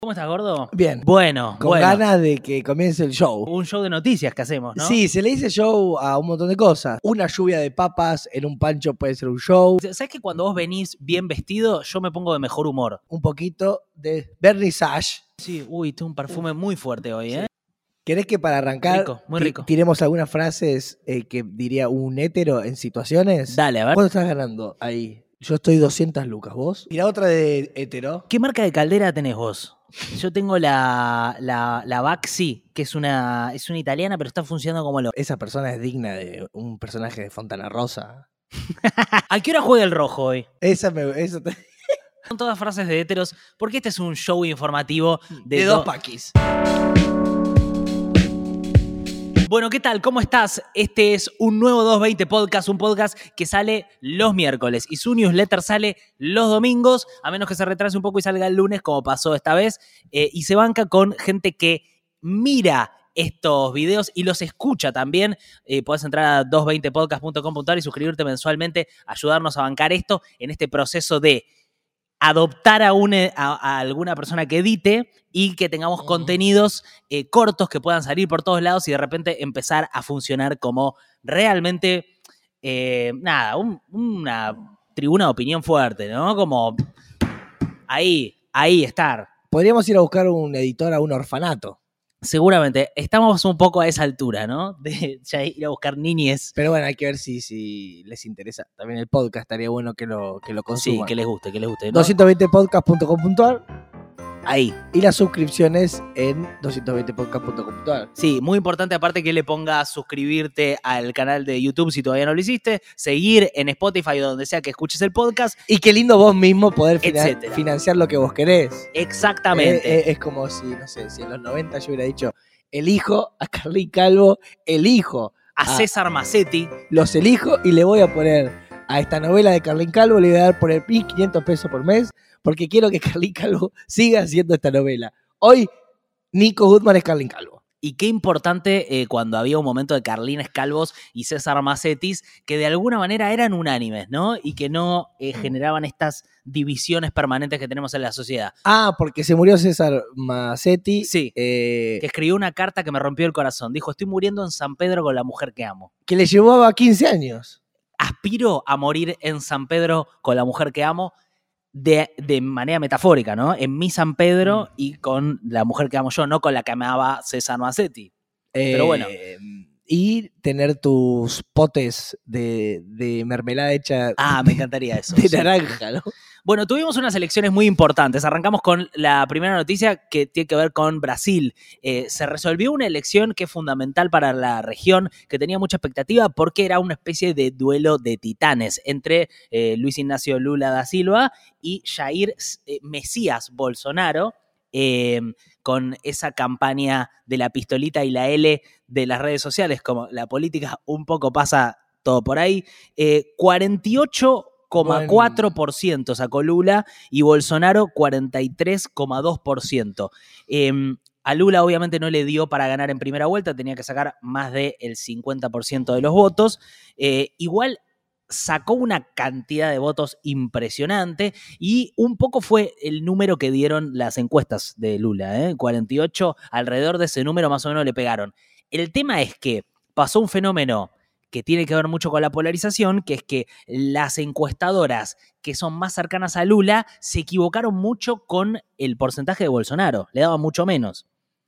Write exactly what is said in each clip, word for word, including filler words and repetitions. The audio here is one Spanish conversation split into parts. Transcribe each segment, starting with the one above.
¿Cómo estás, gordo? Bien. Bueno, Con bueno. ganas de que comience el show. Un show de noticias que hacemos, ¿no? Sí, se le dice show a un montón de cosas. Una lluvia de papas en un pancho puede ser un show. ¿Sabes que cuando vos venís bien vestido, yo me pongo de mejor humor? Un poquito de vernissage. Sí, uy, tengo un perfume muy fuerte hoy, ¿eh? ¿Querés que para arrancar Rico, muy ti- rico. tiremos algunas frases eh, que diría un hétero en situaciones? Dale, a ver. ¿Cuánto estás ganando ahí? Yo estoy doscientas lucas, ¿vos? Tira otra de hétero. ¿Qué marca de caldera tenés vos? Yo tengo la, la, la Baxi, que es una, es una italiana, pero está funcionando como lo... Esa persona es digna de un personaje de Fontana Rosa. ¿A qué hora juega el rojo hoy? Esa me... Esa te- Son todas frases de héteros, porque este es un show informativo de, de do- dos paquis. Bueno, ¿qué tal? ¿Cómo estás? Este es un nuevo doscientos veinte Podcast, un podcast que sale los miércoles y su newsletter sale los domingos, a menos que se retrase un poco y salga el lunes, como pasó esta vez, eh, y se banca con gente que mira estos videos y los escucha también. Eh, podés entrar a doscientos veinte podcast punto com punto a r y suscribirte mensualmente, ayudarnos a bancar esto en este proceso de adoptar a, una, a, a alguna persona que edite y que tengamos Mm. contenidos eh, cortos que puedan salir por todos lados y de repente empezar a funcionar como realmente, eh, nada, un- una tribuna de opinión fuerte, ¿no? Como ahí, ahí estar. Podríamos ir a buscar un editor a un orfanato. Seguramente estamos un poco a esa altura, ¿no? De ya ir a buscar niñes. Pero bueno, hay que ver si, si les interesa. También el podcast estaría bueno que lo, que lo Sí, consuman. que les guste, que les guste. ¿no? doscientos veinte podcast punto com punto a r Ahí. y las suscripciones en doscientos veinte podcast punto com punto a r. Sí, muy importante aparte que le pongas suscribirte al canal de YouTube si todavía no lo hiciste, seguir en Spotify o donde sea que escuches el podcast. Y qué lindo vos mismo poder fina- Etcétera. financiar lo que vos querés. Exactamente. Eh, eh, es como si, no sé, si en los noventa yo hubiera dicho, elijo a Carlín Calvo, elijo, a ah. César Macetti. los elijo y le voy a poner a esta novela de Carlín Calvo, le voy a dar por el PIS quinientos pesos por mes, porque quiero que Carlín Calvo siga haciendo esta novela. Hoy, Nico Goodman es Carlín Calvo. Y qué importante eh, cuando había un momento de Carlines Calvos y César Macetis que de alguna manera eran unánimes, ¿no? Y que no eh, generaban estas divisiones permanentes que tenemos en la sociedad. Ah, porque se murió César Macetti. Sí. eh, Que escribió una carta que me rompió el corazón. Dijo, estoy muriendo en San Pedro con la mujer que amo. que le llevaba quince años. Aspiro a morir en San Pedro con la mujer que amo de, de manera metafórica, ¿no? En mi San Pedro Mm. y con la mujer que amo yo, no con la que amaba César Macetti. Pero bueno. Eh, y tener tus potes de, de mermelada hecha Ah, me encantaría eso. de sí. naranja, ¿no? Bueno, tuvimos unas elecciones muy importantes. Arrancamos con la primera noticia que tiene que ver con Brasil. Eh, se resolvió una elección que es fundamental para la región, que tenía mucha expectativa porque era una especie de duelo de titanes entre eh, Luis Ignacio Lula da Silva y Jair eh, Mesías Bolsonaro, eh, con esa campaña de la pistolita y la L de las redes sociales, como la política un poco pasa todo por ahí. Eh, cuarenta y ocho coma cuatro por ciento sacó Lula y Bolsonaro cuarenta y tres coma dos por ciento. Eh, a Lula obviamente no le dio para ganar en primera vuelta, tenía que sacar más del cincuenta por ciento de los votos. Eh, igual sacó una cantidad de votos impresionante y un poco fue el número que dieron las encuestas de Lula, ¿eh? cuarenta y ocho, alrededor de ese número más o menos le pegaron. El tema es que pasó un fenómeno que tiene que ver mucho con la polarización, que es que las encuestadoras que son más cercanas a Lula se equivocaron mucho con el porcentaje de Bolsonaro, le daban mucho menos.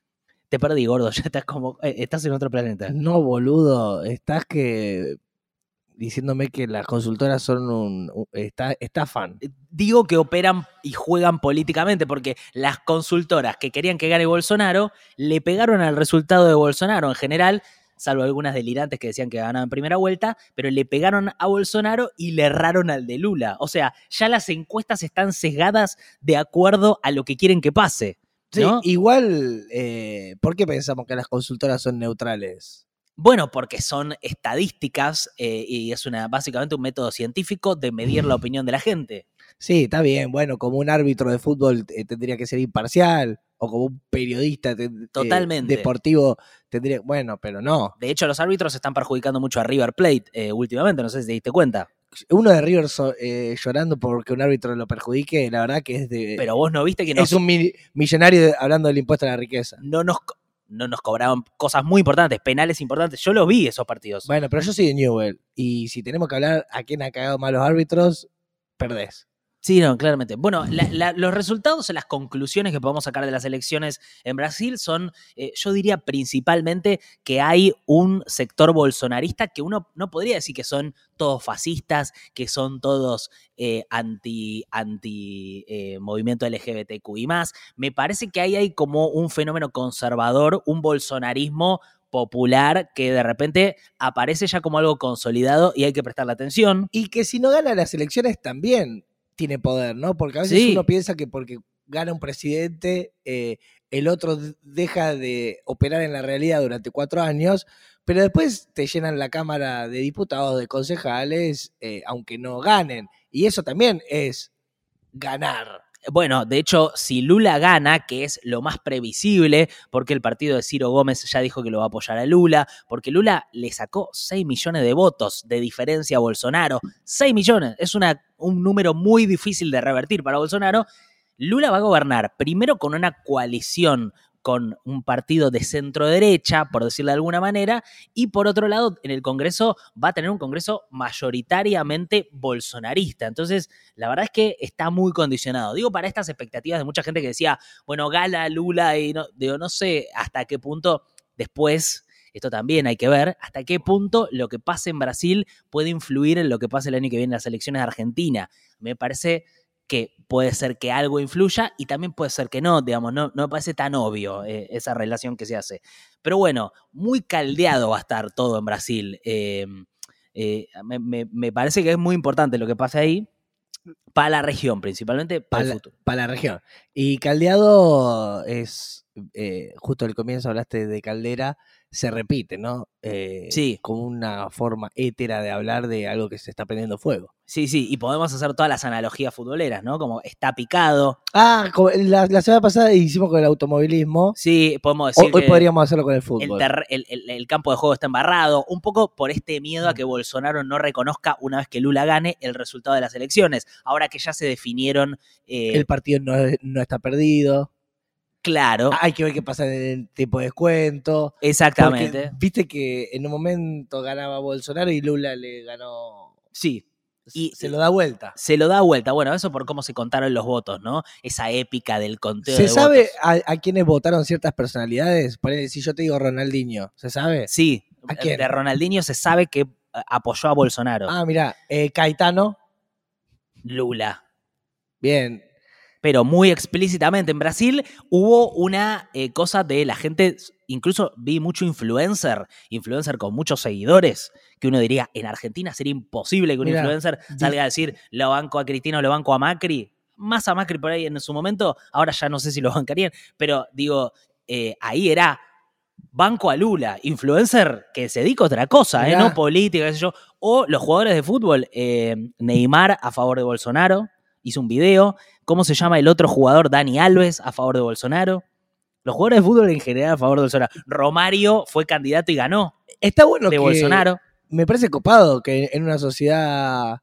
Te perdí, gordo, ya estás como, eh, estás en otro planeta. No, boludo, estás que diciéndome que las consultoras son un, un está, estafan. Digo que operan y juegan políticamente, porque las consultoras que querían que gane Bolsonaro le pegaron al resultado de Bolsonaro en general, salvo algunas delirantes que decían que ganaba en primera vuelta, pero le pegaron a Bolsonaro y le erraron al de Lula. O sea, ya las encuestas están sesgadas de acuerdo a lo que quieren que pase, ¿no? Sí, igual, eh, ¿por qué pensamos que las consultoras son neutrales? Bueno, porque son estadísticas eh, y es una, básicamente un método científico de medir la opinión de la gente. Sí, está bien, bueno, como un árbitro de fútbol eh, tendría que ser imparcial, o como un periodista te- eh, Totalmente. deportivo tendría, bueno, pero no. De hecho, los árbitros están perjudicando mucho a River Plate eh, últimamente, no sé si te diste cuenta. uno de River so, eh, llorando porque un árbitro lo perjudique, la verdad que es de... Pero vos no viste que nos, es un mi, millonario de, hablando del impuesto a la riqueza. no nos, no nos cobraban cosas muy importantes, penales importantes. Yo los vi esos partidos. Bueno, pero yo soy de Newell y si tenemos que hablar a quién ha cagado mal los árbitros, perdés. Sí, no, claramente. Bueno, la, la, los resultados y las conclusiones que podemos sacar de las elecciones en Brasil son, eh, yo diría principalmente que hay un sector bolsonarista que uno no podría decir que son todos fascistas, que son todos eh, anti, anti eh, movimiento L G B T Q I más. Me parece que ahí hay como un fenómeno conservador, un bolsonarismo popular que de repente aparece ya como algo consolidado y hay que prestarle atención. Y que si no gana las elecciones también tiene poder, ¿no? Porque a veces sí. uno piensa que porque gana un presidente, eh, el otro deja de operar en la realidad durante cuatro años, pero después te llenan la Cámara de Diputados, de concejales, eh, aunque no ganen. Y eso también es ganar. Bueno, de hecho, si Lula gana, que es lo más previsible, porque el partido de Ciro Gómez ya dijo que lo va a apoyar a Lula, porque Lula le sacó seis millones de votos de diferencia a Bolsonaro. seis millones, es una, un número muy difícil de revertir para Bolsonaro. Lula va a gobernar primero con una coalición con un partido de centro derecha, por decirlo de alguna manera, y por otro lado, en el Congreso va a tener un Congreso mayoritariamente bolsonarista. Entonces, la verdad es que está muy condicionado. Digo, para estas expectativas de mucha gente que decía, bueno, gala Lula, y no, digo, no sé hasta qué punto después, esto también hay que ver, hasta qué punto lo que pase en Brasil puede influir en lo que pase el año que viene en las elecciones de Argentina. Me parece que puede ser que algo influya y también puede ser que no, digamos, no, no me parece tan obvio eh, esa relación que se hace. Pero bueno, muy caldeado va a estar todo en Brasil. Eh, eh, me, me, me parece que es muy importante lo que pasa ahí para la región, principalmente para, para el futuro. Para la región. Y caldeado es, eh, justo al comienzo hablaste de caldera, se repite, ¿no? Eh, sí. Como una forma hétera de hablar de algo que se está prendiendo fuego. Sí, sí, y podemos hacer todas las analogías futboleras, ¿no? Como está picado. Ah, la, la semana pasada hicimos con el automovilismo. Sí, podemos decir Hoy, que hoy podríamos hacerlo con el fútbol. El, ter, el, el, el campo de juego está embarrado, un poco por este miedo a que Bolsonaro no reconozca una vez que Lula gane el resultado de las elecciones. Ahora que ya se definieron... Eh, el partido no, no está perdido. Claro. Hay que ver qué pasa en el tipo de descuento. Exactamente. Porque, viste que en un momento ganaba Bolsonaro y Lula le ganó... Sí. Y se lo da vuelta. Se lo da vuelta. Bueno, eso por cómo se contaron los votos, ¿no? Esa épica del conteo ¿Se de sabe votos. a, a quiénes votaron ciertas personalidades? Ponele, si yo te digo Ronaldinho, ¿se sabe? Sí. ¿A quién? De Ronaldinho se sabe que apoyó a Bolsonaro. Ah, mirá. Eh, Caetano. Lula. Bien. Pero muy explícitamente. En Brasil hubo una eh, cosa de la gente, incluso vi mucho influencer, influencer con muchos seguidores, que uno diría, en Argentina sería imposible que un Mirá, influencer salga a decir, lo banco a Cristina o lo banco a Macri. Más a Macri por ahí en su momento, ahora ya no sé si lo bancarían, pero digo, eh, ahí era banco a Lula, influencer que se dedica a otra cosa, eh, no política, qué sé yo. O los jugadores de fútbol, eh, Neymar a favor de Bolsonaro, hizo un video. ¿Cómo se llama el otro jugador? Dani Alves a favor de Bolsonaro. Los jugadores de fútbol en general a favor de Bolsonaro. Romario fue candidato y ganó. Está bueno de que Bolsonaro. Me parece copado que en una sociedad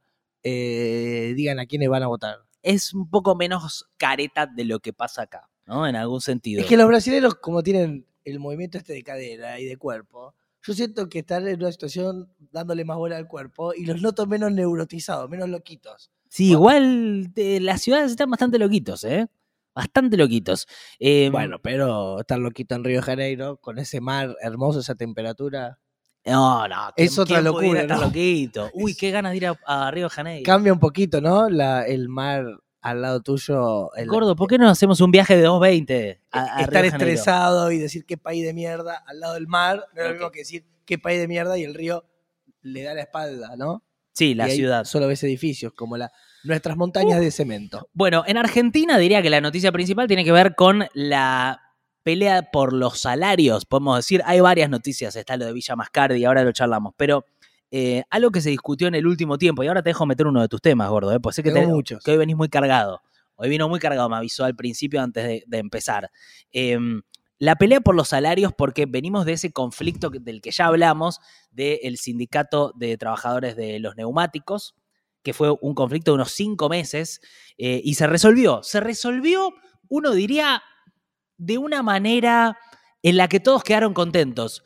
eh, digan a quiénes van a votar. Es un poco menos careta de lo que pasa acá, ¿no? En algún sentido. Es que los brasileños, como tienen el movimiento este de cadera y de cuerpo, yo siento que están en una situación dándole más bola al cuerpo y los noto menos neurotizados, menos loquitos. Sí, igual eh, las ciudades están bastante loquitos, ¿eh? Bastante loquitos. Eh, bueno, pero estar loquito en Río de Janeiro, con ese mar hermoso, esa temperatura. No, no. Es otra locura, estar ¿no? loquito. Uy, qué ganas de ir a, a Río de Janeiro. Cambia un poquito, ¿no? La, el mar al lado tuyo. El, Gordo, ¿por qué no hacemos un viaje de doscientos veinte a, a estar Río de Janeiro? Estresado y decir qué país de mierda al lado del mar, no es okay. lo mismo que decir qué país de mierda y el río le da la espalda, ¿no? Sí, la y ciudad. Solo ves edificios, como la, nuestras montañas uh. de cemento. Bueno, en Argentina diría que la noticia principal tiene que ver con la pelea por los salarios. Podemos decir, hay varias noticias, está lo de Villa Mascardi, ahora lo charlamos, pero eh, algo que se discutió en el último tiempo, y ahora te dejo meter uno de tus temas, gordo, ¿eh? Pues sé que, te, muchos. que hoy venís muy cargado. Hoy vino muy cargado, me avisó al principio antes de, de empezar. Eh, La pelea por los salarios, porque venimos de ese conflicto del que ya hablamos, del sindicato de trabajadores de los neumáticos, que fue un conflicto de unos cinco meses, eh, y se resolvió. Se resolvió, uno diría, de una manera en la que todos quedaron contentos,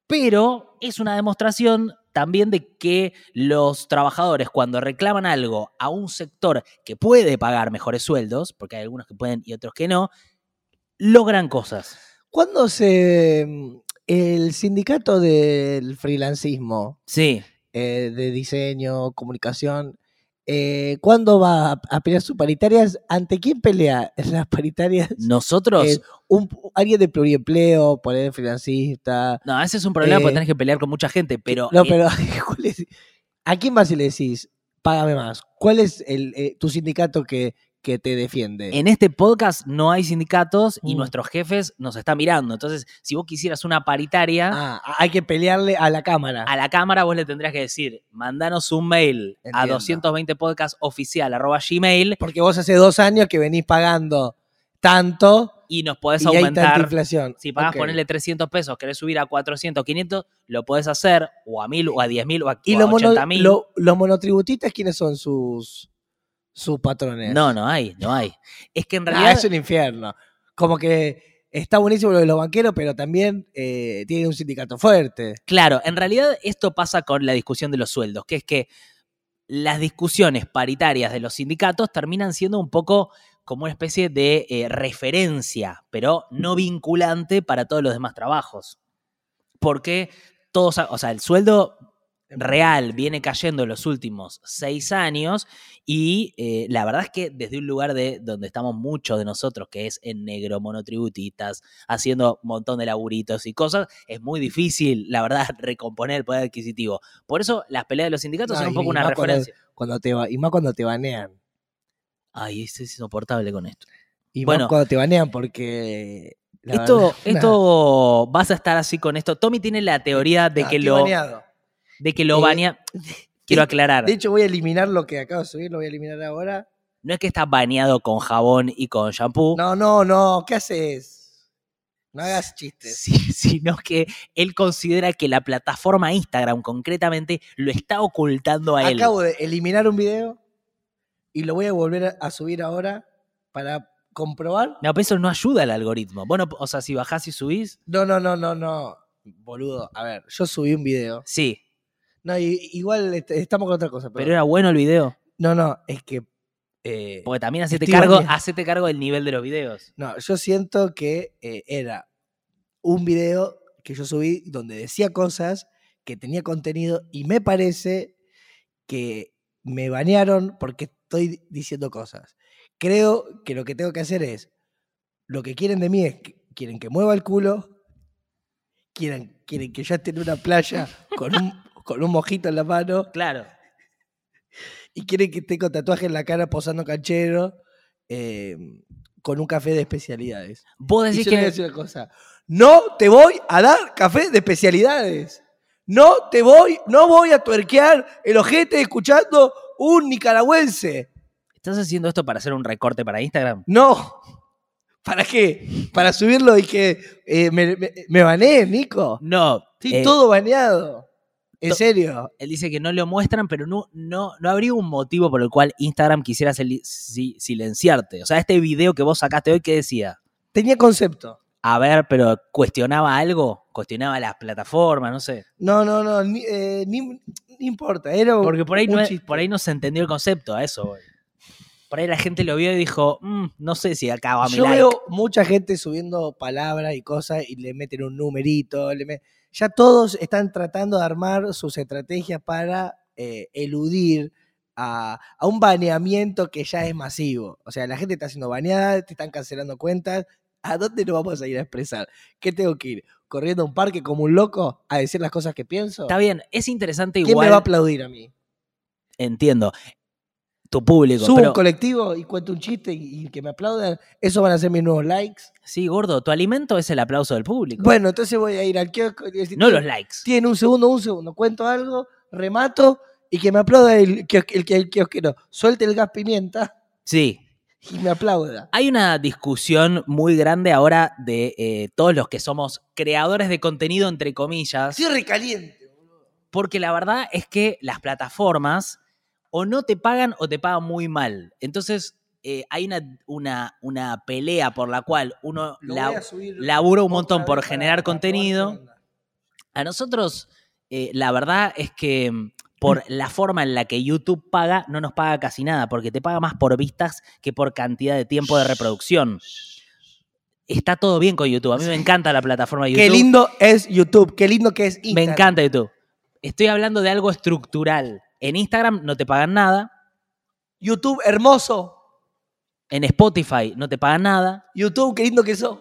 pero es una demostración también de que los trabajadores, cuando reclaman algo a un sector que puede pagar mejores sueldos, porque hay algunos que pueden y otros que no, logran cosas. ¿Cuándo se... el sindicato del freelancismo, Sí. eh, de diseño, comunicación, eh, ¿cuándo va a, a pelear sus paritarias? ¿Ante quién pelea las paritarias? Nosotros... Eh, un, alguien de pluriempleo, poner freelancista. No, ese es un problema eh, porque tenés que pelear con mucha gente, pero... No, eh, pero ¿cuál es? ¿A quién vas y le decís, págame más? ¿Cuál es el, eh, tu sindicato que, que te defiende? En este podcast no hay sindicatos y Mm. nuestros jefes nos están mirando. Entonces, si vos quisieras una paritaria, Ah, hay que pelearle a la cámara. a la cámara vos le tendrías que decir, mandanos un mail a Entiendo. doscientos veinte podcast oficial arroba gmail Porque vos hace dos años que venís pagando tanto y nos podés y hay tanta aumentar. inflación. Si pagás Ok. ponerle trescientos pesos, querés subir a cuatrocientos, quinientos, lo podés hacer, o a mil, o a diez mil, o a, ¿Y o a los, mono- ochenta mil. lo- los monotributistas quiénes son sus, sus patrones? No, no hay, no hay. Es que en Ah, realidad... es un infierno. Como que está buenísimo lo de los banqueros, pero también eh, tiene un sindicato fuerte. Claro, en realidad esto pasa con la discusión de los sueldos, que es que las discusiones paritarias de los sindicatos terminan siendo un poco como una especie de eh, referencia, pero no vinculante para todos los demás trabajos. Porque todos, o sea, el sueldo real viene cayendo en los últimos seis años y eh, la verdad es que desde un lugar de donde estamos muchos de nosotros, que es en negro, monotributistas, haciendo un montón de laburitos y cosas, es muy difícil, la verdad, recomponer el poder adquisitivo. Por eso las peleas de los sindicatos No, son un y poco una más cuando- referencia. Cuando te va, y más cuando te banean. Ay, es insoportable con esto. Y Bueno. más cuando te banean porque... la Esto, verdad, esto vas a estar así con esto. Tommy tiene la teoría de no, que estoy lo, baneado. de que lo Eh, banea. Quiero aclarar. De hecho, voy a eliminar lo que acabo de subir, lo voy a eliminar ahora. No es que está baneado con jabón y con shampoo, No, no, no, ¿qué haces? No hagas chistes. sí, sino que él considera que la plataforma Instagram concretamente lo está ocultando a él. Acabo de eliminar un video y lo voy a volver a, a subir ahora para comprobar. No, pero eso no ayuda al algoritmo. Bueno, o sea, si bajás y subís, No, no, no, no, no. Boludo, a ver, yo subí un video. sí. No, y- igual est- estamos con otra cosa. Pero, Pero era bueno el video. no, no, es que... eh, Porque también hacete Estoy cargo, baneado. hacete cargo del nivel de los videos. no, yo siento que eh, era un video que yo subí donde decía cosas, que tenía contenido, y me parece que me banearon porque estoy diciendo cosas. Creo que lo que tengo que hacer es, lo que quieren de mí es, que quieren que mueva el culo, quieren, quieren que yo esté en una playa con un, con un mojito en la mano, Claro. y quieren que esté con tatuaje en la cara posando canchero, eh, con un café de especialidades. Vos Y decís yo le voy a que... decir una cosa, no te voy a dar café de especialidades. No te voy, no voy a tuerquear el ojete escuchando un nicaragüense. ¿Estás haciendo esto para hacer un recorte para Instagram? No. ¿Para qué? Para subirlo y que eh, me, me, me baneen, Nico. No. Estoy eh, todo baneado. En to- serio. Él dice que no lo muestran, pero no, no, no habría un motivo por el cual Instagram quisiera sili- si- silenciarte. O sea, este video que vos sacaste hoy, ¿qué decía? Tenía concepto. A ver, pero ¿cuestionaba algo? ¿Cuestionaba las plataformas? No sé. No, no, no, ni, eh, ni- ni importa. Era Porque por ahí, un no, es- chiste. por ahí no se entendió el concepto, a eso voy. Por ahí la gente lo vio y dijo, "Mm, no sé si acaba mi Yo like". veo mucha gente subiendo palabras y cosas y le meten un numerito. Le me- Ya todos están tratando de armar sus estrategias para eh, eludir a, a un baneamiento que ya es masivo. O sea, la gente está siendo baneada, te están cancelando cuentas. ¿A dónde nos vamos a ir a expresar? ¿Qué tengo que ir? ¿Corriendo a un parque como un loco a decir las cosas que pienso? Está bien, es interesante ¿Quién igual. me va a aplaudir a mí? Entiendo. Tu público. Subo Pero, un colectivo y cuento un chiste y, y que me aplaudan. ¿Esos van a ser mis nuevos likes? sí, gordo, tu alimento es el aplauso del público. Bueno, entonces voy a ir al kiosco y decir, no los "Tienen- likes. tienen un segundo, un segundo, cuento algo, remato y que me aplauda el, kios- el, el kiosquero. Suelte el gas pimienta Sí. y me aplauda. Hay una discusión muy grande ahora de eh, todos los que somos creadores de contenido, entre comillas, Estoy recaliente, boludo. porque la verdad es que las plataformas o no te pagan o te pagan muy mal. Entonces eh, hay una, una, una pelea por la cual uno la, labura un montón por generar para, contenido. Para a nosotros, eh, la verdad es que por la forma en la que YouTube paga, no nos paga casi nada, porque te paga más por vistas que por cantidad de tiempo de reproducción. Está todo bien con YouTube. A mí me encanta la plataforma de YouTube. Qué lindo es YouTube. Qué lindo que es Instagram. Me encanta YouTube. Estoy hablando de algo estructural. En Instagram no te pagan nada. YouTube, hermoso. En Spotify no te pagan nada. YouTube, qué lindo que sos.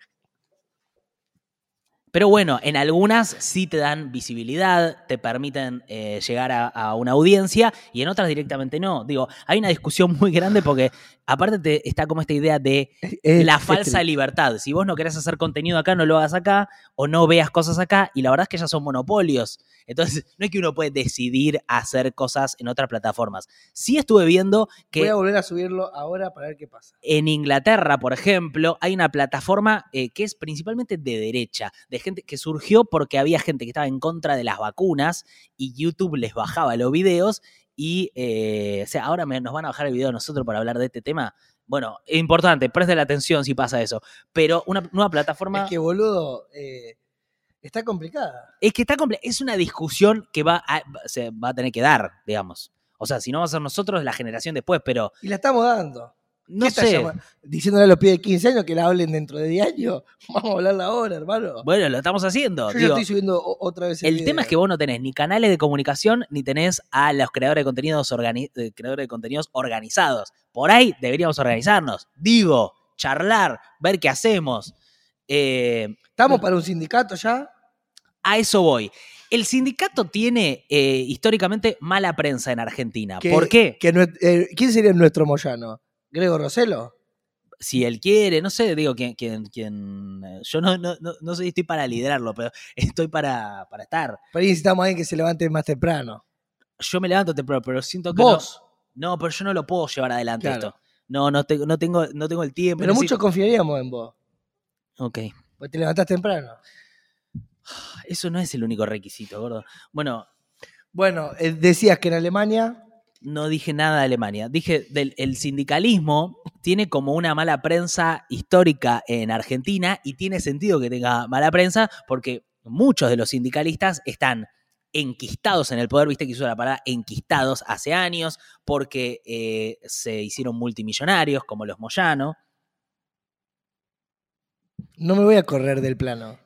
Pero bueno, en algunas sí te dan visibilidad, te permiten eh, llegar a, a una audiencia y en otras directamente no. Digo, hay una discusión muy grande porque aparte te, está como esta idea de es, la falsa es libertad. Si vos no querés hacer contenido acá, no lo hagas acá o no veas cosas acá y la verdad es que ya son monopolios. Entonces, no es que uno puede decidir hacer cosas en otras plataformas. Sí estuve viendo que... Voy a volver a subirlo ahora para ver qué pasa. En Inglaterra, por ejemplo, hay una plataforma eh, que es principalmente de derecha, de gente que surgió porque había gente que estaba en contra de las vacunas y YouTube les bajaba los videos y, eh, o sea, ahora me, nos van a bajar el video a nosotros para hablar de este tema. Bueno, es importante, presten atención si pasa eso. Pero una nueva plataforma... Es que, boludo... Eh... Está complicada. Es que está compl- es una discusión que va a, se va a tener que dar, digamos. O sea, si no va a ser nosotros, la generación después, pero... Y la estamos dando. No sé. Diciéndole a los pibes de quince años que la hablen dentro de diez años. Vamos a hablarla ahora, hermano. Bueno, lo estamos haciendo. Yo Digo, ya estoy subiendo otra vez el El video. tema es que vos no tenés ni canales de comunicación, ni tenés a los creadores de contenidos, organi- creadores de contenidos organizados. Por ahí deberíamos organizarnos. Digo, charlar, ver qué hacemos. Eh, ¿Estamos para un sindicato ya? A eso voy. El sindicato tiene eh, históricamente mala prensa en Argentina. Que, ¿Por qué? Que, eh, ¿Quién sería nuestro Moyano? ¿Grego Rossello? Si él quiere, no sé, digo, quién, quién, quién yo no, no, no, no sé si estoy para liderarlo, pero estoy para, para estar. Pero ahí necesitamos a alguien que se levante más temprano. Yo me levanto temprano, pero siento que ¿Vos? No, no, pero yo no lo puedo llevar adelante claro. esto. No, no, te, no, tengo, no tengo el tiempo. Pero necesito... muchos confiaríamos en vos. Ok. Porque te levantás temprano. Eso no es el único requisito, gordo. Bueno. Bueno, eh, decías que en Alemania... No dije nada de Alemania. Dije del el sindicalismo tiene como una mala prensa histórica en Argentina y tiene sentido que tenga mala prensa porque muchos de los sindicalistas están enquistados en el poder, viste que hizo la palabra enquistados hace años porque eh, se hicieron multimillonarios como los Moyano. No me voy a correr del plano.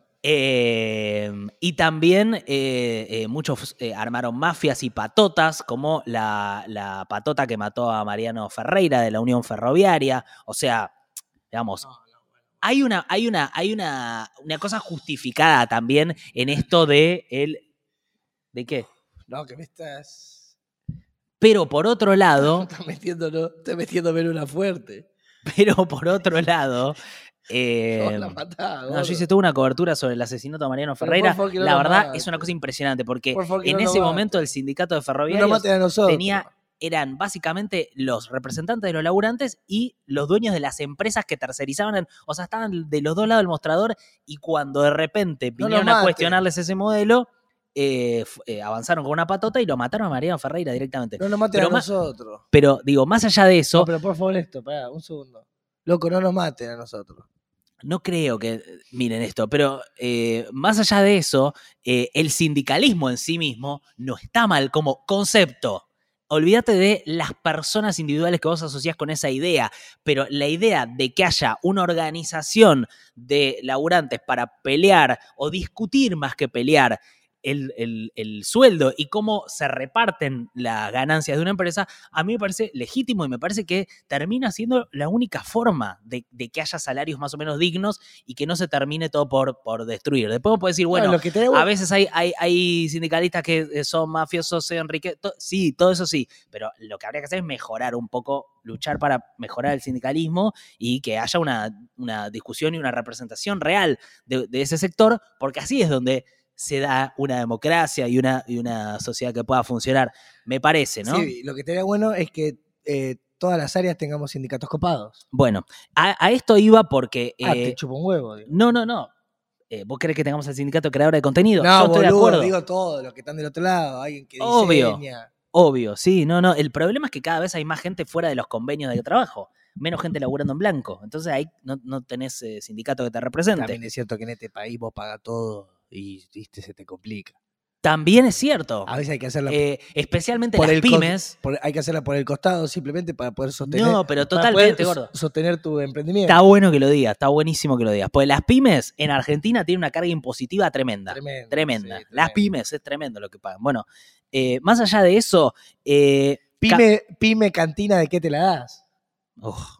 Eh, y también eh, eh, muchos eh, armaron mafias y patotas, como la, la patota que mató a Mariano Ferreira de la Unión Ferroviaria. O sea, digamos, hay una, hay una, hay una, una cosa justificada también en esto de el. ¿De qué? No, que me estás. Pero por otro lado. Estás metiéndolo, estás metiéndome en una fuerte. Pero por otro lado. Eh, la matá, no, yo hice toda una cobertura sobre el asesinato de Mariano Ferreira. Favor, no la verdad mates. Es una cosa impresionante porque por favor, en no ese lo momento el sindicato de ferroviarios no tenía, eran básicamente los representantes de los laburantes y los dueños de las empresas que tercerizaban, en, o sea, estaban de los dos lados del mostrador y cuando de repente vinieron no a cuestionarles ese modelo, eh, eh, avanzaron con una patota y lo mataron a Mariano Ferreira directamente. No nos maten pero a más, nosotros. Pero digo, más allá de eso... No, pero por favor esto, pará, un segundo. Loco, no nos maten a nosotros. No creo que miren esto, pero eh, más allá de eso, eh, el sindicalismo en sí mismo no está mal como concepto. Olvídate de las personas individuales que vos asociás con esa idea, pero la idea de que haya una organización de laburantes para pelear o discutir más que pelear El, el, el sueldo y cómo se reparten las ganancias de una empresa, a mí me parece legítimo y me parece que termina siendo la única forma de, de que haya salarios más o menos dignos y que no se termine todo por, por destruir. Después puedo decir, bueno, no, que te... a veces hay, hay, hay sindicalistas que son mafiosos, se enriquecen, to- sí, todo eso sí, pero lo que habría que hacer es mejorar un poco, luchar para mejorar el sindicalismo y que haya una, una discusión y una representación real de, de ese sector, porque así es donde se da una democracia y una, y una sociedad que pueda funcionar, me parece, ¿no? Sí, lo que estaría bueno es que eh, todas las áreas tengamos sindicatos copados. Bueno, a, a esto iba porque... Ah, eh, te chupo un huevo. Digo. No, no, no. Eh, ¿Vos querés que tengamos el sindicato creador de contenido? No, Yo estoy boludo, de acuerdo. digo todos los que están del otro lado, alguien que Obvio. diseña. Obvio, sí, no, no. El problema es que cada vez hay más gente fuera de los convenios de trabajo. Menos gente laburando en blanco. Entonces ahí no, no tenés eh, sindicato que te represente. También es cierto que en este país vos pagas todo y viste, se te complica. También es cierto. A veces hay que hacerla Eh, especialmente por las el pymes. Por, hay que hacerla por el costado simplemente para poder sostener. No, pero para totalmente, poder gordo. sostener tu emprendimiento. Está bueno que lo digas, está buenísimo que lo digas. Porque las pymes en Argentina tienen una carga impositiva tremenda. Tremendo, Tremenda. sí, Las tremendo. pymes es tremendo lo que pagan. Bueno, eh, más allá de eso. Eh, pyme, pyme cantina, ¿de qué te la das? Uf.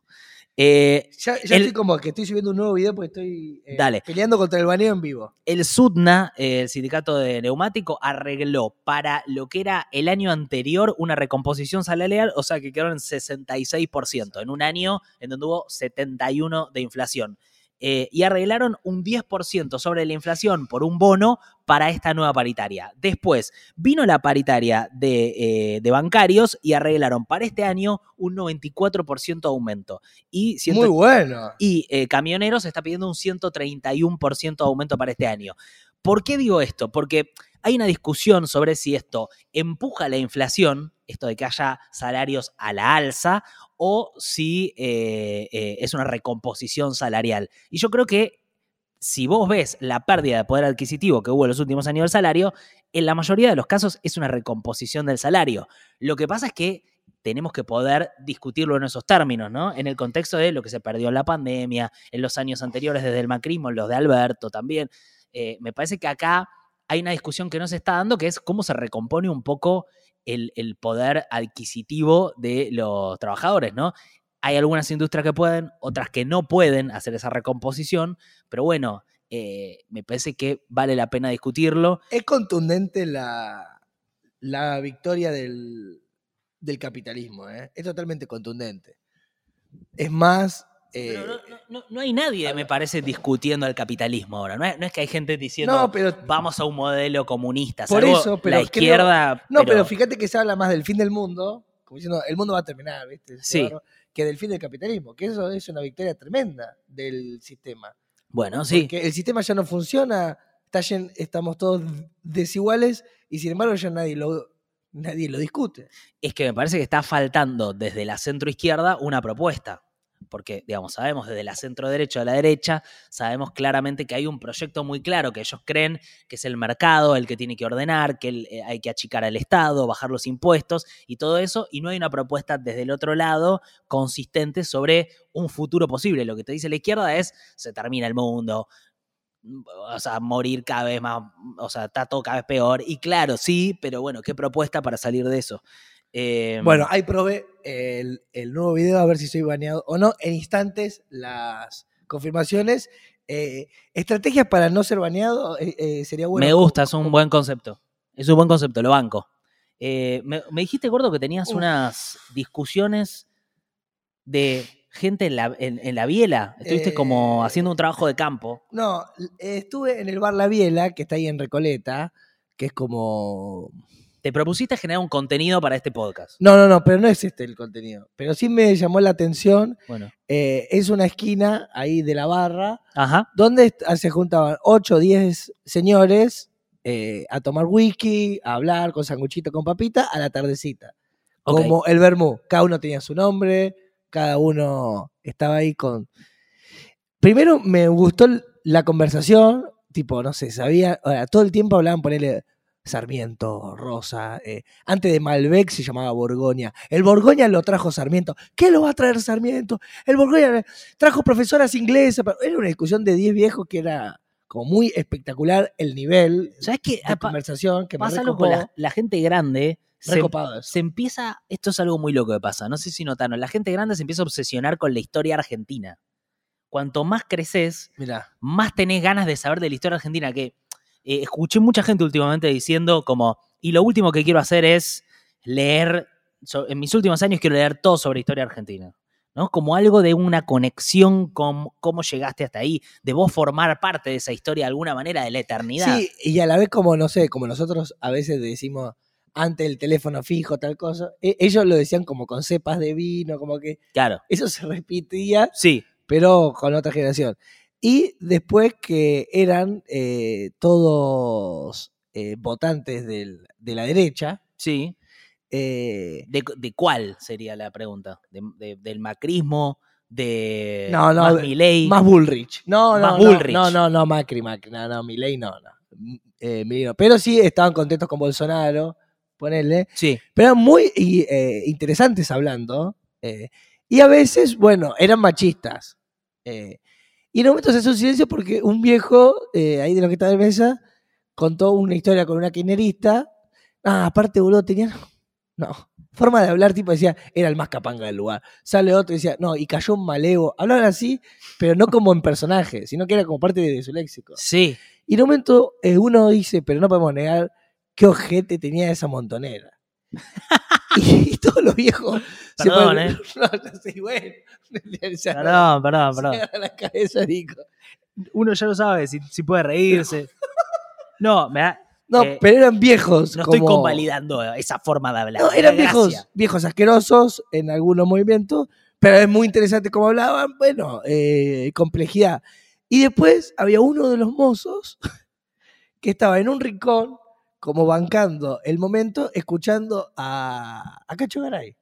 Eh, ya ya el, estoy como que estoy subiendo un nuevo video porque estoy eh, dale. peleando contra el baneo en vivo. El SUTNA, eh, el sindicato de neumático, arregló para lo que era el año anterior una recomposición salarial, o sea que quedaron en sesenta y seis por ciento, en un año en donde hubo setenta y uno por ciento de inflación. Eh, y arreglaron un diez por ciento sobre la inflación por un bono para esta nueva paritaria. Después vino la paritaria de, eh, de bancarios y arreglaron para este año un noventa y cuatro por ciento de aumento. Y ciento, Muy bueno. Y eh, camioneros está pidiendo un ciento treinta y uno por ciento de aumento para este año. ¿Por qué digo esto? Porque hay una discusión sobre si esto empuja la inflación, esto de que haya salarios a la alza, o si eh, eh, es una recomposición salarial. Y yo creo que si vos ves la pérdida de poder adquisitivo que hubo en los últimos años del salario, en la mayoría de los casos es una recomposición del salario. Lo que pasa es que tenemos que poder discutirlo en esos términos, ¿no? En el contexto de lo que se perdió en la pandemia, en los años anteriores desde el macrismo, en los de Alberto también. Eh, me parece que acá hay una discusión que no se está dando, que es cómo se recompone un poco el, el poder adquisitivo de los trabajadores, ¿no? Hay algunas industrias que pueden, otras que no pueden hacer esa recomposición, pero bueno, eh, me parece que vale la pena discutirlo. Es contundente la, la victoria del, del capitalismo, ¿eh? Es totalmente contundente. Es más... Eh, pero no, no, no hay nadie, me parece, discutiendo el capitalismo ahora. No es, no es que hay gente diciendo, no, pero, vamos a un modelo comunista. Por eso, pero la izquierda... Creo, no, pero... pero fíjate que se habla más del fin del mundo, como diciendo, el mundo va a terminar, ¿viste? Sí. Que del fin del capitalismo, que eso es una victoria tremenda del sistema. Bueno, sí. Porque el sistema ya no funciona, está llen, estamos todos desiguales y sin embargo ya nadie lo, nadie lo discute. Es que me parece que está faltando desde la centroizquierda una propuesta. Porque, digamos, sabemos desde la centro derecha a la derecha, sabemos claramente que hay un proyecto muy claro que ellos creen que es el mercado el que tiene que ordenar, que el, eh, hay que achicar al Estado, bajar los impuestos y todo eso, y no hay una propuesta desde el otro lado consistente sobre un futuro posible. Lo que te dice la izquierda es, se termina el mundo, o sea, morir cada vez más, o sea, está todo cada vez peor, y claro, sí, pero bueno, ¿qué propuesta para salir de eso? Eh, bueno, ahí probé el, el nuevo video a ver si soy baneado o no. En instantes las confirmaciones. Eh, estrategias para no ser baneado eh, eh, sería bueno. Me gusta, es un buen concepto. Es un buen concepto, lo banco. Eh, me, me dijiste, Gordo, que tenías Uf. unas discusiones de gente en la, en, en la biela. Estuviste eh, como haciendo un trabajo de campo. No, estuve en el bar La Biela, que está ahí en Recoleta, que es como... Te propusiste generar un contenido para este podcast. No, no, no, pero no es este el contenido. Pero sí me llamó la atención. Bueno. Eh, es una esquina ahí de la barra, Ajá. donde se juntaban ocho o diez señores eh, a tomar whisky, a hablar con sanguchito, con papita, a la tardecita. Okay. Como el vermú. Cada uno tenía su nombre, cada uno estaba ahí con... Primero me gustó la conversación, tipo, no sé, sabía... Ahora, todo el tiempo hablaban, ponerle... Sarmiento, Rosa, eh, antes de Malbec se llamaba Borgoña. El Borgoña lo trajo Sarmiento. ¿Qué lo va a traer Sarmiento? El Borgoña trajo profesoras inglesas. Era una discusión de diez viejos que era como muy espectacular el nivel ¿Sabes qué? de conversación que pasa me algo con la, la gente grande. Se, se empieza, esto es algo muy loco que pasa, no sé si notaron, la gente grande se empieza a obsesionar con la historia argentina. Cuanto más creces, Mirá. más tenés ganas de saber de la historia argentina, que Eh, escuché mucha gente últimamente diciendo como, y lo último que quiero hacer es leer, so, en mis últimos años quiero leer todo sobre historia argentina, ¿no? Como algo de una conexión con cómo llegaste hasta ahí, de vos formar parte de esa historia de alguna manera, de la eternidad. Sí, y a la vez como, no sé, como nosotros a veces decimos antes el teléfono fijo, tal cosa, e- ellos lo decían como con cepas de vino, como que Claro. eso se repetía, Sí. pero con otra generación. Y después que eran eh, todos eh, votantes del, de la derecha, Sí. Eh, ¿De, ¿De cuál sería la pregunta? ¿De, de, ¿Del macrismo? ¿De no, no, más Milei? Más Bullrich. No, Más no, Bullrich. no, no, no, no, Macri, Macri. No, no, Milei no, no. Eh, Milei no. Pero sí estaban contentos con Bolsonaro, ponele. Sí. Pero eran muy y, eh, interesantes hablando. Eh, y a veces, bueno, eran machistas. Eh, y en un momento se hace un silencio porque un viejo, eh, ahí de los que estaba en mesa, contó una historia con una kirchnerista. Ah, aparte, boludo, tenían... No, forma de hablar, tipo decía, era el más capanga del lugar. Sale otro y decía, no, y cayó un malevo. Hablaban así, pero no como en personaje, sino que era como parte de, de su léxico. Sí. Y en un momento eh, uno dice, pero no podemos negar qué ojete tenía esa montonera. y, y todos los viejos... Perdón, se ¿eh? No, no sé, bueno. Se Perdón, perdón, se perdón. agarra la cabeza, Nico. Uno ya lo sabe, si, si puede reírse. No, me da... No, eh, pero eran viejos. No como... estoy convalidando esa forma de hablar. No, eran viejos, Gracia. viejos asquerosos en algunos movimientos, pero es muy interesante cómo hablaban, bueno, eh, complejidad. Y después había uno de los mozos que estaba en un rincón, como bancando el momento, escuchando a, a Cacho Garay.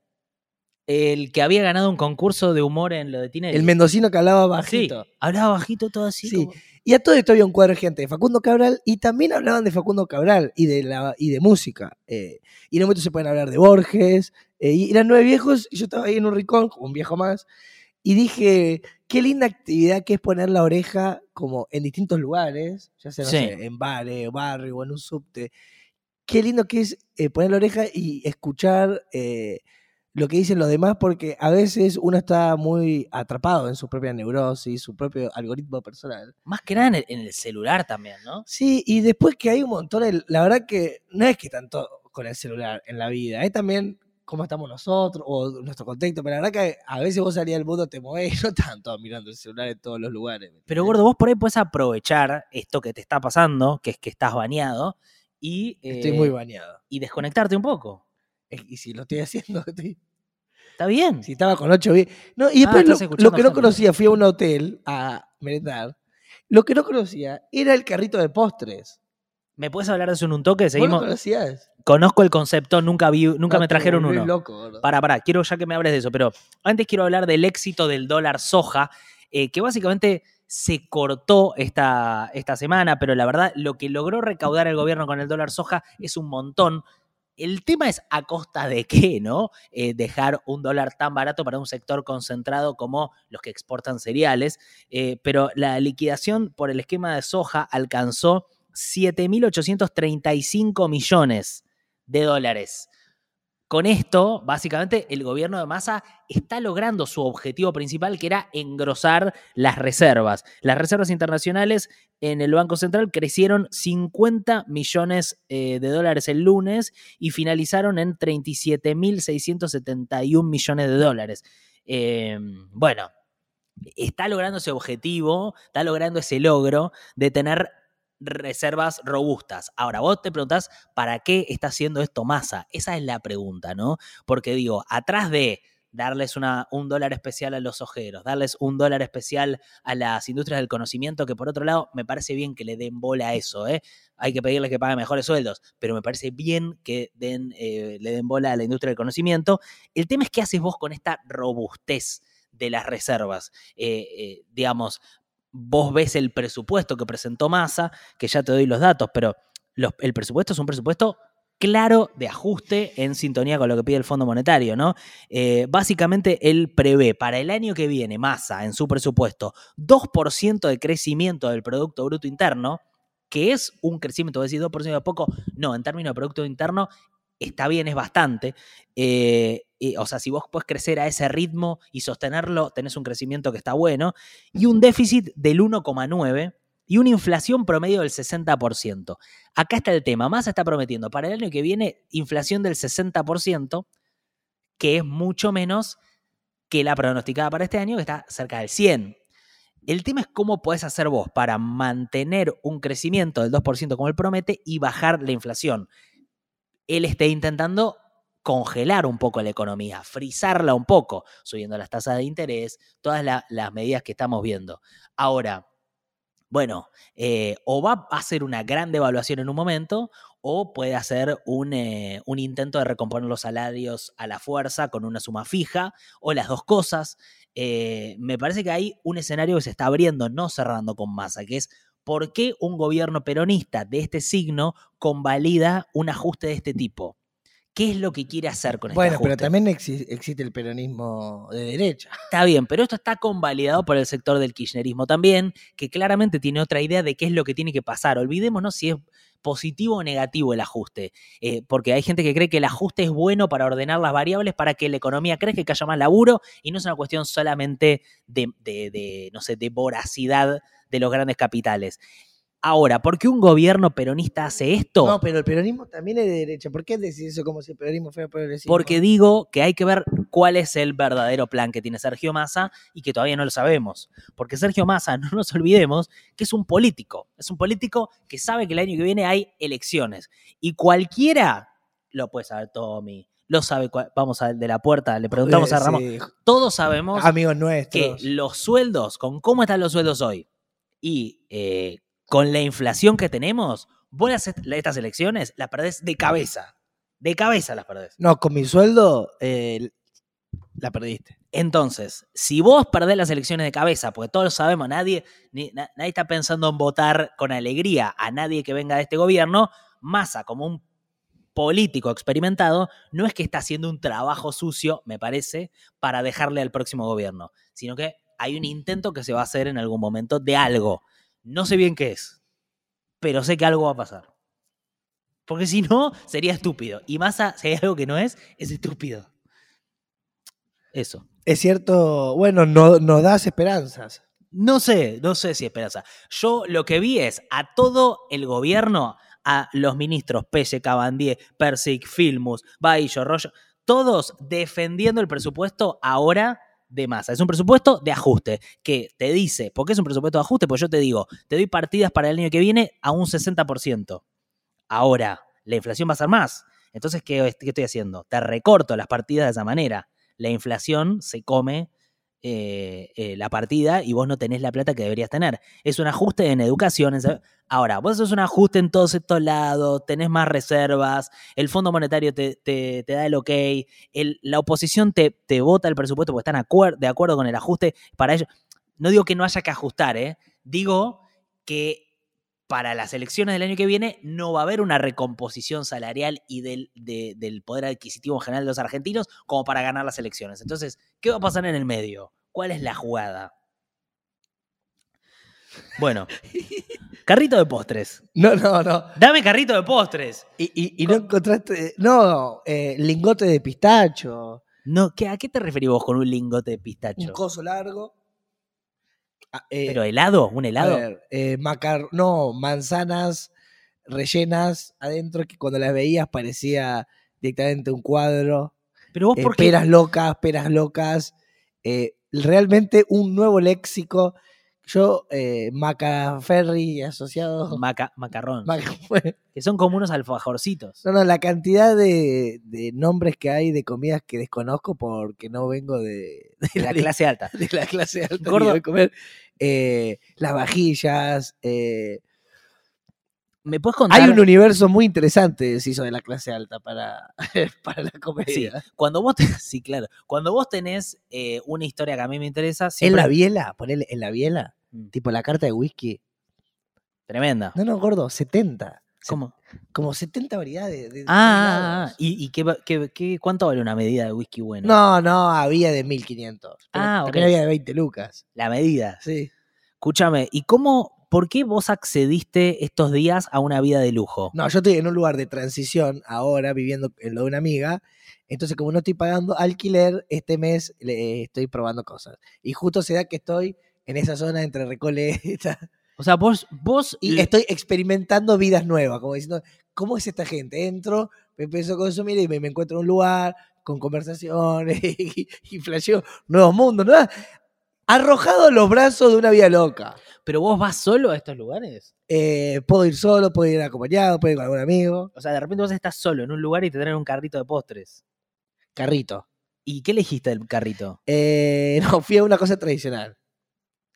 El que había ganado un concurso de humor en lo de Tinelli. El mendocino que hablaba bajito. Sí, hablaba bajito todo así. Sí. Como... Y a todo esto había un cuadro de gente de Facundo Cabral y también hablaban de Facundo Cabral y de, la, y de música. Eh, y en un momento se pueden hablar de Borges. Eh, y eran nueve viejos y yo estaba ahí en un rincón, como un viejo más, y dije, qué linda actividad que es poner la oreja como en distintos lugares, ya sea, no Sí. sé, en bares, barrio o en un subte. Qué lindo que es eh, poner la oreja y escuchar... Eh, lo que dicen los demás, porque a veces uno está muy atrapado en su propia neurosis, su propio algoritmo personal. Más que nada en el, en el celular también, ¿no? Sí, y después que hay un montón, de, la verdad que no es que tanto con el celular en la vida, es también cómo estamos nosotros o nuestro contexto, pero la verdad que a veces vos salís del mundo, te movés y no tanto mirando el celular en todos los lugares. Pero gordo, vos por ahí puedes aprovechar esto que te está pasando, que es que estás bañado, y... Eh, Estoy muy bañado. Y desconectarte un poco. Y si lo estoy haciendo, estoy... Está bien. Si estaba con ocho... No, y después ah, lo, lo que no conocía, fui a un hotel a merendar. Lo que no conocía era el carrito de postres. ¿Me puedes hablar de eso en un toque? Seguimos. ¿Vos lo conocías? Conozco el concepto, nunca vi, nunca no, me trajeron uno. Loco, Pará, pará, quiero ya que me hables de eso, pero antes quiero hablar del éxito del dólar soja, eh, que básicamente se cortó esta, esta semana, pero la verdad lo que logró recaudar el gobierno con el dólar soja es un montón. El tema es a costa de qué, ¿no? Eh, dejar un dólar tan barato para un sector concentrado como los que exportan cereales. Eh, pero la liquidación por el esquema de soja alcanzó siete mil ochocientos treinta y cinco millones de dólares. Con esto, básicamente, el gobierno de Massa está logrando su objetivo principal, que era engrosar las reservas. Las reservas internacionales en el Banco Central crecieron cincuenta millones eh, de dólares el lunes y finalizaron en treinta y siete mil seiscientos setenta y un millones de dólares. Eh, bueno, está logrando ese objetivo, está logrando ese logro de tener reservas robustas. Ahora, vos te preguntás, ¿para qué está haciendo esto Massa? Esa es la pregunta, ¿no? Porque digo, atrás de darles una, un dólar especial a los ojeros, darles un dólar especial a las industrias del conocimiento, que por otro lado me parece bien que le den bola a eso, ¿eh? Hay que pedirles que paguen mejores sueldos, pero me parece bien que den, eh, le den bola a la industria del conocimiento. El tema es qué haces vos con esta robustez de las reservas. Eh, eh, digamos, vos ves el presupuesto que presentó Massa, que ya te doy los datos, pero los, el presupuesto es un presupuesto claro de ajuste en sintonía con lo que pide el Fondo Monetario, ¿no? Eh, básicamente él prevé para el año que viene, Massa, en su presupuesto, dos por ciento de crecimiento del Producto Bruto Interno, que es un crecimiento, voy a decir dos por ciento de poco, no, en términos de Producto Interno, está bien, es bastante. Eh, eh, o sea, si vos podés crecer a ese ritmo y sostenerlo, tenés un crecimiento que está bueno. Y un déficit del uno coma nueve y una inflación promedio del sesenta por ciento. Acá está el tema. Massa está prometiendo para el año que viene inflación del sesenta por ciento, que es mucho menos que la pronosticada para este año, que está cerca del cien por ciento. El tema es cómo podés hacer vos para mantener un crecimiento del dos por ciento como él promete y bajar la inflación. Él está intentando congelar un poco la economía, frizarla un poco, subiendo las tasas de interés, todas la, las medidas que estamos viendo. Ahora, bueno, eh, o va a hacer una gran devaluación en un momento, o puede hacer un, eh, un intento de recomponer los salarios a la fuerza con una suma fija, o las dos cosas. Eh, me parece que hay un escenario que se está abriendo, no cerrando con Massa, que es por qué un gobierno peronista de este signo convalida un ajuste de este tipo. ¿Qué es lo que quiere hacer con Bueno, este ajuste? pero también exi- existe el peronismo de derecha. Está bien, pero esto está convalidado por el sector del kirchnerismo también, que claramente tiene otra idea de qué es lo que tiene que pasar. Olvidémonos si es positivo o negativo el ajuste, eh, porque hay gente que cree que el ajuste es bueno para ordenar las variables para que la economía crezca y que haya más laburo, y no es una cuestión solamente de, de, de no sé, de voracidad de los grandes capitales. Ahora, ¿por qué un gobierno peronista hace esto? No, pero el peronismo también es de derecha. ¿Por qué decís eso como si el peronismo fuera progresismo? Porque digo que hay que ver cuál es el verdadero plan que tiene Sergio Massa y que todavía no lo sabemos. Porque Sergio Massa, no nos olvidemos, que es un político. Es un político que sabe que el año que viene hay elecciones. Y cualquiera, lo puede saber Tommy, lo sabe, vamos a de la puerta, le preguntamos Eh, a Ramón. sí. Todos sabemos Amigos que nuestros. los sueldos, con cómo están los sueldos hoy y eh, con la inflación que tenemos, vos las, estas elecciones las perdés de cabeza. De cabeza las perdés. No, con mi sueldo eh, la perdiste. Entonces, si vos perdés las elecciones de cabeza, porque todos lo sabemos, nadie, ni, na, nadie está pensando en votar con alegría a nadie que venga de este gobierno, Massa, como un político experimentado, no es que está haciendo un trabajo sucio, me parece, para dejarle al próximo gobierno, sino que hay un intento que se va a hacer en algún momento de algo. No sé bien qué es, pero sé que algo va a pasar. Porque si no, sería estúpido. Y Massa, si hay algo que no es, es estúpido. Eso. Es cierto, bueno, no, nos das esperanzas. No sé, no sé si esperanza. Yo lo que vi es a todo el gobierno, a los ministros Pelle, Cabandier, Persic, Filmus, Baillo, Rollo, todos defendiendo el presupuesto ahora de Massa. Es un presupuesto de ajuste que te dice, ¿por qué es un presupuesto de ajuste? Pues yo te digo, te doy partidas para el año que viene a un sesenta por ciento. Ahora, la inflación va a ser más. Entonces, ¿qué, qué estoy haciendo? Te recorto las partidas de esa manera. La inflación se come eh, eh, la partida y vos no tenés la plata que deberías tener. Es un ajuste en educación. En... Ahora, vos haces un ajuste en todos estos lados, tenés más reservas, el Fondo Monetario te, te, te da el ok, el, la oposición te, te vota el presupuesto porque están acuer- de acuerdo con el ajuste para ellos. No digo que no haya que ajustar, ¿eh? Digo que para las elecciones del año que viene no va a haber una recomposición salarial y del, de, del poder adquisitivo en general de los argentinos como para ganar las elecciones. Entonces, ¿qué va a pasar en el medio? ¿Cuál es la jugada? Bueno, carrito de postres. No, no, no. Dame carrito de postres. Y, y, y no encontraste, no, eh, lingote de pistacho. No, ¿qué, ¿A qué te referís vos con un lingote de pistacho? Un coso largo. Ah, eh, ¿Pero helado? ¿Un helado? A ver, eh, macar no, manzanas rellenas adentro que cuando las veías parecía directamente un cuadro. Pero vos, Eh, ¿por qué? peras locas, peras locas. Eh, realmente un nuevo léxico. Yo, eh, Macaferri asociado. Maca, macarrón. Maca- Que son como unos alfajorcitos. No, no, la cantidad de, de nombres que hay de comidas que desconozco porque no vengo de, de De la clase alta. de la clase alta. Gordo. ni de comer. Eh, las vajillas. Eh, ¿Me puedes contar? hay un universo muy interesante, se hizo de la clase alta para, para la Sí, comedia. cuando vos, te- sí, claro. Cuando vos tenés eh, una historia que a mí me interesa, En siempre... la biela, ponele, en la biela, Mm, tipo la carta de whisky. tremenda. No, no, gordo, setenta. Se- ¿Cómo? Como setenta variedades. De, de Ah, ah, ah, lados. ¿y, y qué, va- qué- qué- cuánto vale una medida de whisky bueno? No, no, había de mil quinientos. Pero Ah, también ok. había de veinte lucas. La medida. Sí. Escúchame, ¿y cómo, por qué vos accediste estos días a una vida de lujo? No, yo estoy en un lugar de transición ahora, viviendo en lo de una amiga. Entonces, como no estoy pagando alquiler, este mes le, estoy probando cosas. Y justo se da que estoy en esa zona entre Recoleta. O sea, vos... vos Y le- estoy experimentando vidas nuevas, como diciendo, ¿cómo es esta gente? Entro, me empiezo a consumir y me, me encuentro en un lugar con conversaciones y, y flasheo nuevos mundos, ¿no? Arrojado a los brazos de una vida loca. ¿Pero vos vas solo a estos lugares? Eh, puedo ir solo, puedo ir acompañado, puedo ir con algún amigo. O sea, de repente vos estás solo en un lugar y te traen un carrito de postres. Carrito. ¿Y qué elegiste del carrito? Eh, no, fui a una cosa tradicional.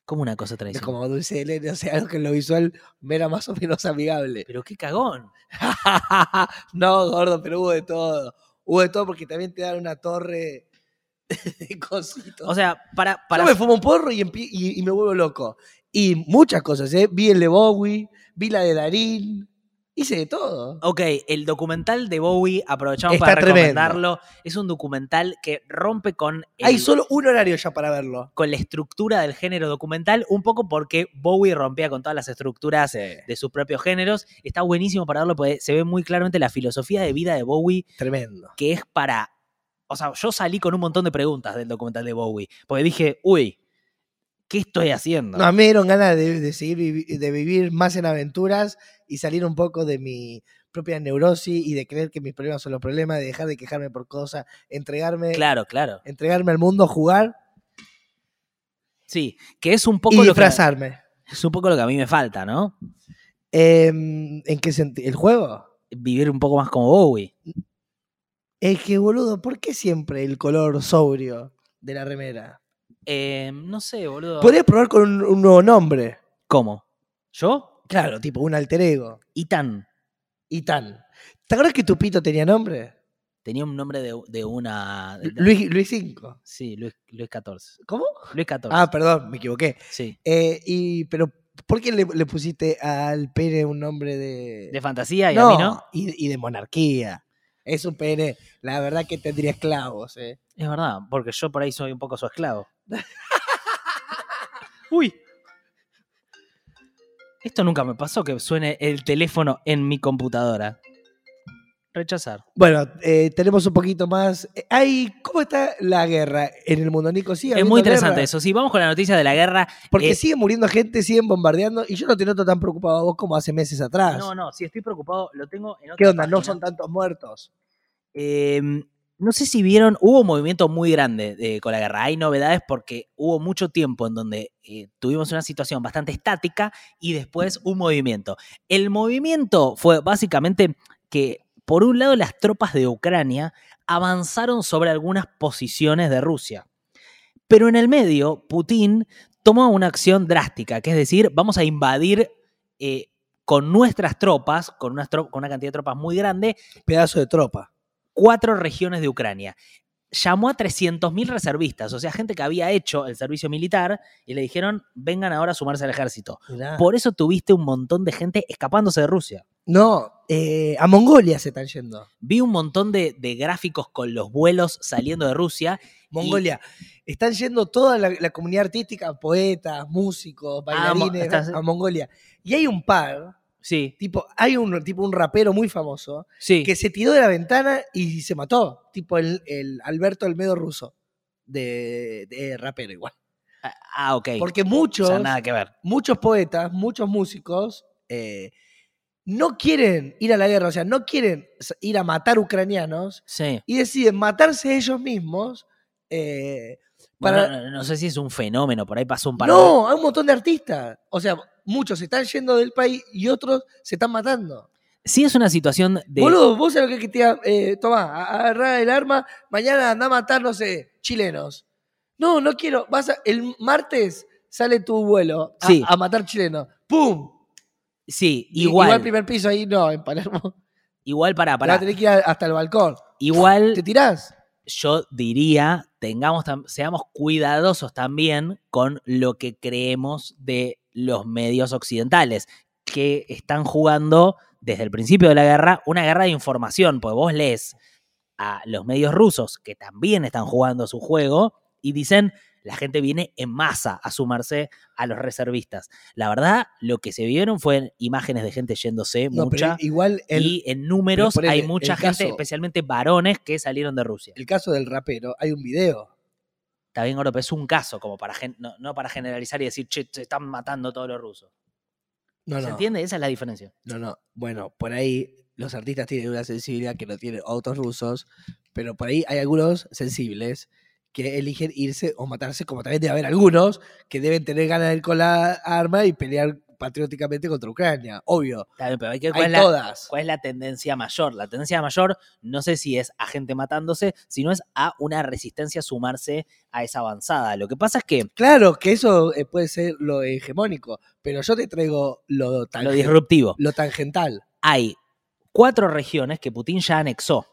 ¿Cómo una cosa Es tradicional? como dulce de leche, o sea, algo que en lo visual me era más o menos amigable. Pero qué cagón. No, gordo, pero hubo de todo. Hubo de todo porque también te dan una torre de cositos. O sea, para... para Yo me fumo un porro y, empie- y, y me vuelvo loco. Y muchas cosas, ¿eh? Vi el de Bowie, vi la de Darín, hice de todo. Ok, el documental de Bowie, aprovechamos Está para tremendo. recomendarlo. Es un documental que rompe con, el- Hay solo un horario ya para verlo. con la estructura del género documental, un poco porque Bowie rompía con todas las estructuras Sí. de sus propios géneros. Está buenísimo para verlo porque se ve muy claramente la filosofía de vida de Bowie, Tremendo. que es para... O sea, yo salí con un montón de preguntas del documental de Bowie, porque dije, uy, ¿qué estoy haciendo? No, a mí me dieron ganas de, de seguir vivi- de vivir más en aventuras y salir un poco de mi propia neurosis y de creer que mis problemas son los problemas, de dejar de quejarme por cosas, entregarme, Claro, claro. entregarme al mundo, jugar Sí, que es un poco y lo que, disfrazarme. es un poco lo que a mí me falta, ¿no? Em, ¿En qué sentido? ¿El juego? Vivir un poco más como Bowie. Es que, boludo, ¿por qué siempre el color sobrio de la remera? Eh, no sé, boludo. Podrías probar con un, un nuevo nombre. ¿Cómo? ¿Yo? Claro, tipo un alter ego. Ethan. Itán. ¿Te acuerdas que tu pito tenía nombre? Tenía un nombre de, de una... de- Luis, Luis cinco. Sí, Luis, Luis catorce. ¿Cómo? Luis catorce. Ah, perdón, me equivoqué. sí. Eh, y, pero, ¿por qué le, le pusiste al pene un nombre de. De fantasía y no, a mí no. Y, y de monarquía? Es un pene, la verdad que tendría esclavos, ¿eh? Es verdad, porque yo por ahí soy un poco su esclavo. Uy. Esto nunca me pasó que suene el teléfono en mi computadora. Rechazar. Bueno, eh, tenemos un poquito más. Eh, Hay, ¿cómo está la guerra en el mundo, Nico? ¿Sigue Es habiendo muy interesante guerra? eso. Sí, vamos con la noticia de la guerra. Porque Eh, sigue muriendo gente, siguen bombardeando y yo no te noto tan preocupado a vos como hace meses atrás. No, no, si estoy preocupado, lo tengo en otra ¿Qué onda? No página. son tantos muertos. Eh, no sé si vieron, hubo un movimiento muy grande de- con la guerra. Hay novedades porque hubo mucho tiempo en donde eh, tuvimos una situación bastante estática y después un movimiento. El movimiento fue básicamente que, por un lado, las tropas de Ucrania avanzaron sobre algunas posiciones de Rusia. Pero en el medio, Putin tomó una acción drástica, que es decir, vamos a invadir eh, con nuestras tropas, con, unas tro- con una cantidad de tropas muy grande, Pedazo de tropa. cuatro regiones de Ucrania. Llamó a trescientos mil reservistas, o sea, gente que había hecho el servicio militar y le dijeron, vengan ahora a sumarse al ejército. Mirá. Por eso tuviste un montón de gente escapándose de Rusia. No, eh, a Mongolia se están yendo. Vi un montón de, de gráficos con los vuelos saliendo de Rusia. Mongolia. Están yendo toda la, la comunidad artística, poetas, músicos, Ah, mo- bailarines, estás- a Mongolia. Y hay un par, Sí, tipo, hay un tipo un rapero muy famoso sí. que se tiró de la ventana y se mató. Tipo el, el Alberto Olmedo ruso. De, de rapero igual. Ah, ok. Porque O muchos, sea, nada que ver. muchos poetas, muchos músicos eh, no quieren ir a la guerra, o sea, no quieren s- ir a matar ucranianos Sí. y deciden matarse ellos mismos. eh, Bueno, para... no, no- no sé si es un fenómeno, por ahí pasó un par de... No, hay un montón de artistas. O sea, muchos se están yendo del país y otros se están matando. Sí es una situación de... Boludo, vos sabés lo que te diga, eh, tomá, agarrá el arma, mañana anda a matar, no sé, chilenos. No, no quiero. Vas a- el martes sale tu vuelo a, Sí. a matar chilenos. ¡Pum! Sí, I- igual. Igual primer piso ahí, no, en Palermo. Igual para, Vas para. a tener que ir a- hasta el balcón. Igual ¿Te tirás? yo diría, tengamos, tam- seamos cuidadosos también con lo que creemos de los medios occidentales, que están jugando desde el principio de la guerra una guerra de información, porque vos lees a los medios rusos que también están jugando su juego y dicen, la gente viene en masa a sumarse a los reservistas. La verdad, lo que se vieron fue imágenes de gente yéndose, No, mucha, pero igual el, y en números pero ponele, hay mucha el gente, caso- especialmente varones, que salieron de Rusia. el caso del rapero, hay un video. Está bien, Gordo, pero es un caso, como para gen- no, no para generalizar y decir, che, se están matando todos los rusos. No, ¿Se no. entiende? Esa es la diferencia. No, no. Bueno, por ahí los artistas tienen una sensibilidad que no tienen otros rusos, pero por ahí hay algunos sensibles que eligen irse o matarse, como también debe haber algunos que deben tener ganas de ir con la arma y pelear patrióticamente contra Ucrania, obvio. Está bien, pero hay que ver cuál, Hay es la, todas. cuál es la tendencia mayor. La tendencia mayor no sé si es a gente matándose, sino es a una resistencia a sumarse a esa avanzada. Lo que pasa es que Claro que eso eh, puede ser lo hegemónico, pero yo te traigo lo, lo tangen- disruptivo. lo tangental. Hay cuatro regiones que Putin ya anexó.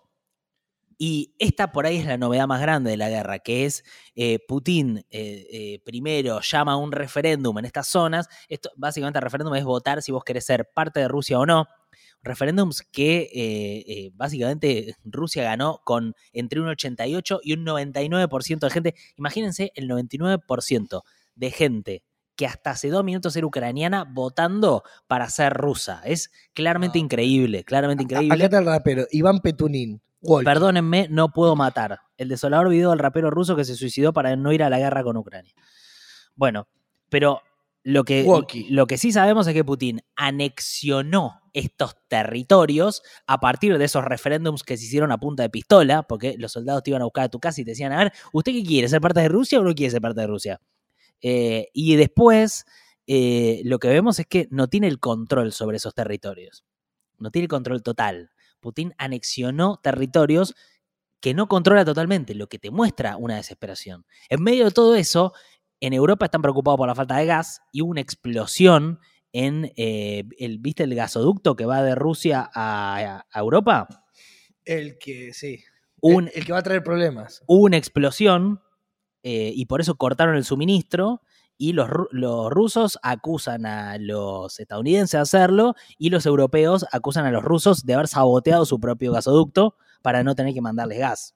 Y esta por ahí es la novedad más grande de la guerra, que es eh, Putin eh, eh, primero llama a un referéndum en estas zonas. Esto, básicamente el referéndum es votar si vos querés ser parte de Rusia o no. Referéndums que eh, eh, básicamente Rusia ganó con entre un ochenta y ocho y un noventa y nueve por ciento de gente. Imagínense el noventa y nueve por ciento de gente que hasta hace dos minutos era ucraniana votando para ser rusa. Es claramente No. increíble, claramente A- increíble. Acá está el rapero, Iván Petunín. Walkie. Perdónenme, no puedo matar. El desolador video del rapero ruso que se suicidó para no ir a la guerra con Ucrania. Bueno, pero lo que, Walkie. lo que sí sabemos es que Putin anexionó estos territorios a partir de esos referéndums que se hicieron a punta de pistola, porque los soldados te iban a buscar a tu casa y te decían, a ver, ¿usted qué quiere? ¿Ser parte de Rusia o no quiere ser parte de Rusia? Eh, y después eh, lo que vemos es que no tiene el control sobre esos territorios. No tiene el control total. Putin anexionó territorios que no controla totalmente, lo que te muestra una desesperación. En medio de todo eso, en Europa están preocupados por la falta de gas y hubo una explosión en, eh, el, ¿viste el gasoducto que va de Rusia a, a Europa? El que, sí. Un, el, el que va a traer problemas. Hubo una explosión eh, y por eso cortaron el suministro. Y los, los rusos acusan a los estadounidenses de hacerlo y los europeos acusan a los rusos de haber saboteado su propio gasoducto para no tener que mandarles gas.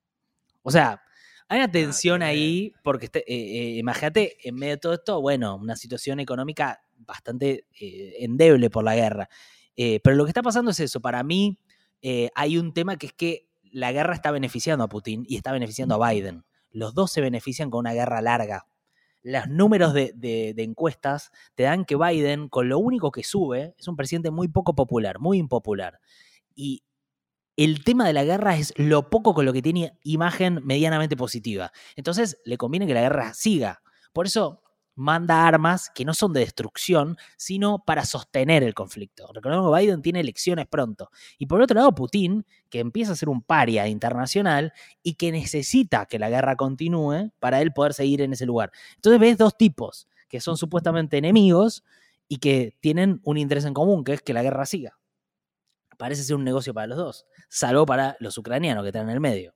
O sea, hay una tensión ah, ahí porque, este, eh, eh, imagínate, en medio de todo esto, bueno, una situación económica bastante eh, endeble por la guerra. Eh, pero lo que está pasando es eso. Para mí eh, hay un tema que es que la guerra está beneficiando a Putin y está beneficiando a Biden. Los dos se benefician con una guerra larga. Los números de, de, de encuestas te dan que Biden, con lo único que sube, es un presidente muy poco popular, muy impopular. Y el tema de la guerra es lo poco con lo que tiene imagen medianamente positiva. Entonces, le conviene que la guerra siga. Por eso manda armas que no son de destrucción, sino para sostener el conflicto. Recordemos que Biden tiene elecciones pronto. Y por otro lado, Putin, que empieza a ser un paria internacional y que necesita que la guerra continúe para él poder seguir en ese lugar. Entonces ves dos tipos que son supuestamente enemigos y que tienen un interés en común, que es que la guerra siga. Parece ser un negocio para los dos, salvo para los ucranianos que están en el medio.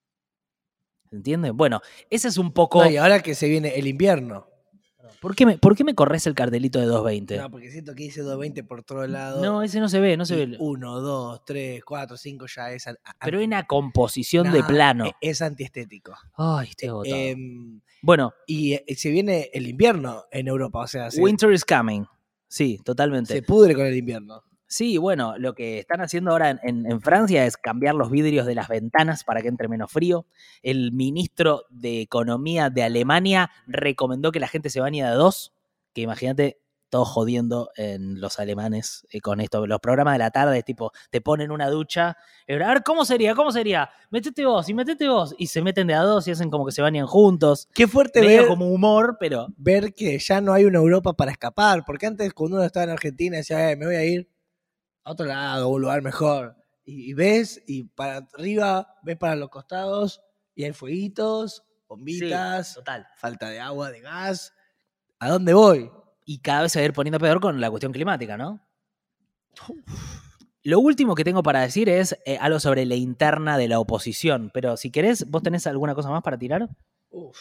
¿Entienden? Bueno, ese es un poco... No, y ahora que se viene el invierno. ¿Por qué, me, ¿Por qué me corres el cartelito de doscientos veinte? No, porque siento que dice doscientos veinte por todos lados. No, ese no se ve, no se ve. uno, dos, tres, cuatro, cinco ya es... Anti- Pero hay una composición nah, de plano. Es antiestético. Ay, estoy agotado. Eh, bueno. Y eh, se viene el invierno en Europa, o sea... Se, Winter is coming. Sí, totalmente. Se pudre con el invierno. Sí, bueno, lo que están haciendo ahora en, en, en Francia es cambiar los vidrios de las ventanas para que entre menos frío. El ministro de Economía de Alemania recomendó que la gente se bañe de a dos, que imagínate, todos jodiendo en los alemanes eh, con esto. Los programas de la tarde, tipo, te ponen una ducha, y, a ver, ¿cómo sería? ¿Cómo sería? Metete vos y metete vos. Y se meten de a dos y hacen como que se bañan juntos. Qué fuerte medio ver, como humor, pero... ver que ya no hay una Europa para escapar, porque antes cuando uno estaba en Argentina decía, eh, me voy a ir a otro lado, a un lugar mejor. Y, y ves, y para arriba, ves para los costados, y hay fueguitos, bombitas, sí, total. Falta de agua, de gas. ¿A dónde voy? Y cada vez se va a ir poniendo peor con la cuestión climática, ¿no? Uf. Lo último que tengo para decir es eh, algo sobre la interna de la oposición. Pero si querés, ¿vos tenés alguna cosa más para tirar? Uf.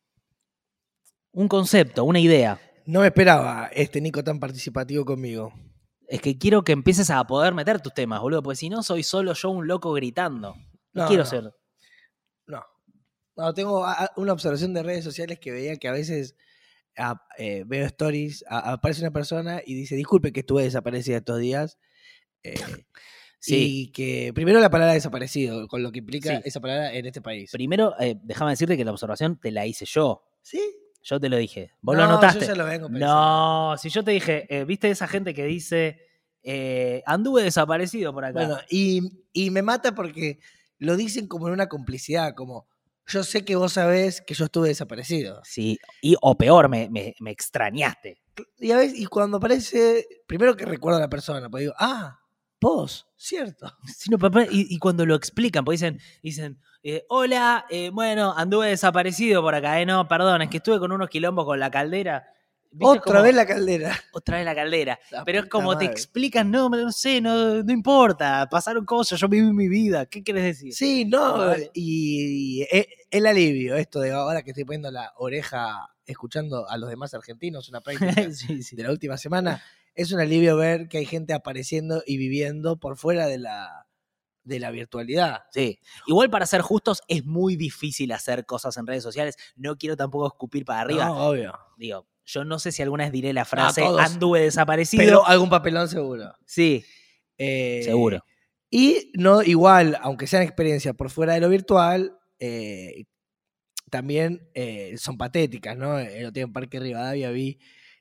Un concepto, una idea. No me esperaba este Nico tan participativo conmigo. Es que quiero que empieces a poder meter tus temas, boludo, porque si no soy solo yo un loco gritando. No, no quiero no. ser. No. No, tengo una observación de redes sociales que veía que a veces a, eh, veo stories, a, aparece una persona y dice, disculpe que estuve desaparecida estos días. Eh, sí. Y que primero la palabra desaparecido, con lo que implica sí. esa palabra en este país. Primero, eh, déjame decirte que la observación te la hice yo. ¿Sí? Yo te lo dije. ¿Vos no, lo notaste? Yo ya lo vengo pensando. No, si yo te dije, eh, ¿viste esa gente que dice, eh, anduve desaparecido por acá? Bueno, y, y me mata porque lo dicen como en una complicidad, como yo sé que vos sabés que yo estuve desaparecido. Sí, y, o peor, me, me, me extrañaste. Y a veces, y cuando aparece, primero que recuerdo a la persona, pues digo, ah, vos, cierto. Sí, no, papá, y, y cuando lo explican, pues dicen, dicen eh, hola, eh, bueno, anduve desaparecido por acá, eh, no, perdón, es que estuve con unos quilombos con la caldera. ¿Viste? Otra Como, vez la caldera. otra vez la caldera. La Pero es puta como te madre. explican, no, no sé, no, no importa, pasaron cosas, yo viví mi vida, ¿qué querés decir? Sí, no, Vale. y, y e- el alivio, esto de ahora que estoy poniendo la oreja escuchando a los demás argentinos, una práctica Sí, sí. de la última semana, es un alivio ver que hay gente apareciendo y viviendo por fuera de la, de la virtualidad. Sí. Igual para ser justos es muy difícil hacer cosas en redes sociales. No quiero tampoco escupir para arriba. No, obvio. Digo, yo no sé si alguna vez diré la frase todos. anduve desaparecido. Pero algún papelón seguro. Sí, Eh, seguro. Y no, igual, aunque sean experiencias por fuera de lo virtual, eh, también eh, son patéticas, ¿no? El otro día en Parque Rivadavia vi